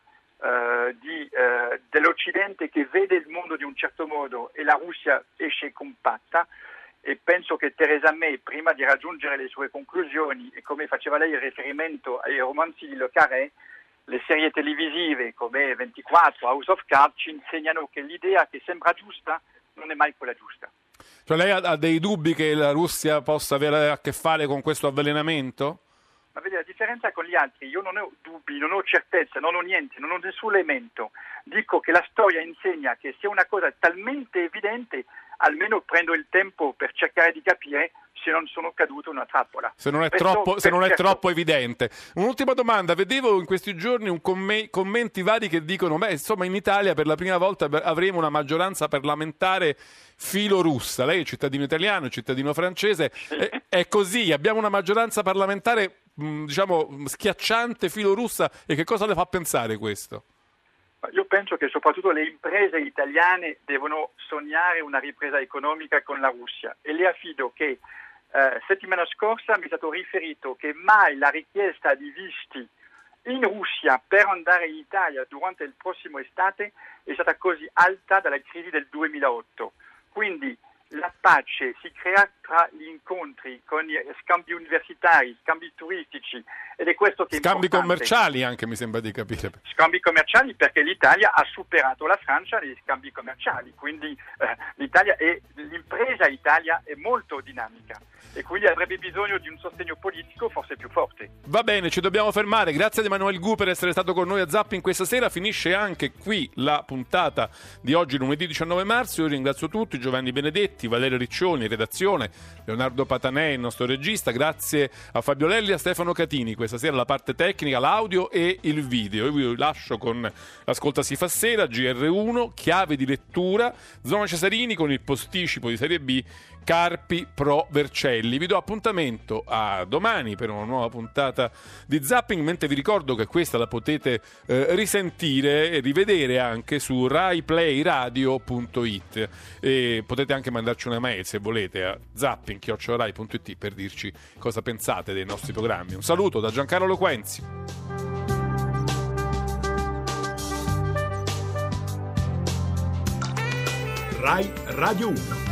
Speaker 13: dell'Occidente che vede il mondo di un certo modo e la Russia esce compatta. E penso che Theresa May, prima di raggiungere le sue conclusioni, e come faceva lei il riferimento ai romanzi di Le Carré, le serie televisive come 24, House of Cards ci insegnano che l'idea che sembra giusta non è mai quella giusta.
Speaker 5: Cioè lei ha dei dubbi che la Russia possa avere a che fare con questo avvelenamento?
Speaker 13: Ma vedi, la differenza con gli altri, io non ho dubbi, non ho certezza, non ho niente, non ho nessun elemento. Dico che la storia insegna che se una cosa è talmente evidente, almeno prendo il tempo per cercare di capire se non sono caduto in una trappola.
Speaker 5: Se non è troppo evidente. Un'ultima domanda, vedevo in questi giorni commenti vari che dicono, insomma in Italia per la prima volta avremo una maggioranza parlamentare filorussa. Lei è cittadino italiano, è cittadino francese, è così, abbiamo una maggioranza parlamentare diciamo schiacciante filorussa, e che cosa le fa pensare questo?
Speaker 13: Io penso che soprattutto le imprese italiane devono sognare una ripresa economica con la Russia, e le affido che settimana scorsa mi è stato riferito che mai la richiesta di visti in Russia per andare in Italia durante il prossimo estate è stata così alta dalla crisi del 2008. Quindi la pace si crea tra gli incontri con gli scambi universitari, scambi turistici, ed è questo che è
Speaker 5: scambi
Speaker 13: importante.
Speaker 5: Commerciali anche, mi sembra di capire.
Speaker 13: Scambi commerciali, perché l'Italia ha superato la Francia negli scambi commerciali, quindi l'impresa Italia è molto dinamica e quindi avrebbe bisogno di un sostegno politico forse più forte.
Speaker 5: Va bene, ci dobbiamo fermare. Grazie ad Emanuele Gu per essere stato con noi a Zapping questa sera. Finisce anche qui la puntata di oggi, lunedì 19 marzo. Io ringrazio tutti, Giovanni Benedetti, Valerio Riccioni, redazione, Leonardo Patanè, il nostro regista. Grazie a Fabio Lelli e a Stefano Catini. Questa sera la parte tecnica, l'audio e il video. Io vi lascio con Ascolta si fa sera, GR1, Chiave di lettura, Zona Cesarini con il posticipo di Serie B, Carpi Pro Vercelli. Vi do appuntamento a domani per una nuova puntata di Zapping, mentre vi ricordo che questa la potete risentire e rivedere anche su raiplayradio.it, e potete anche mandarci una mail se volete a zapping@rai.it per dirci cosa pensate dei nostri programmi. Un saluto da Giancarlo Loquenzi.
Speaker 14: Rai Radio 1.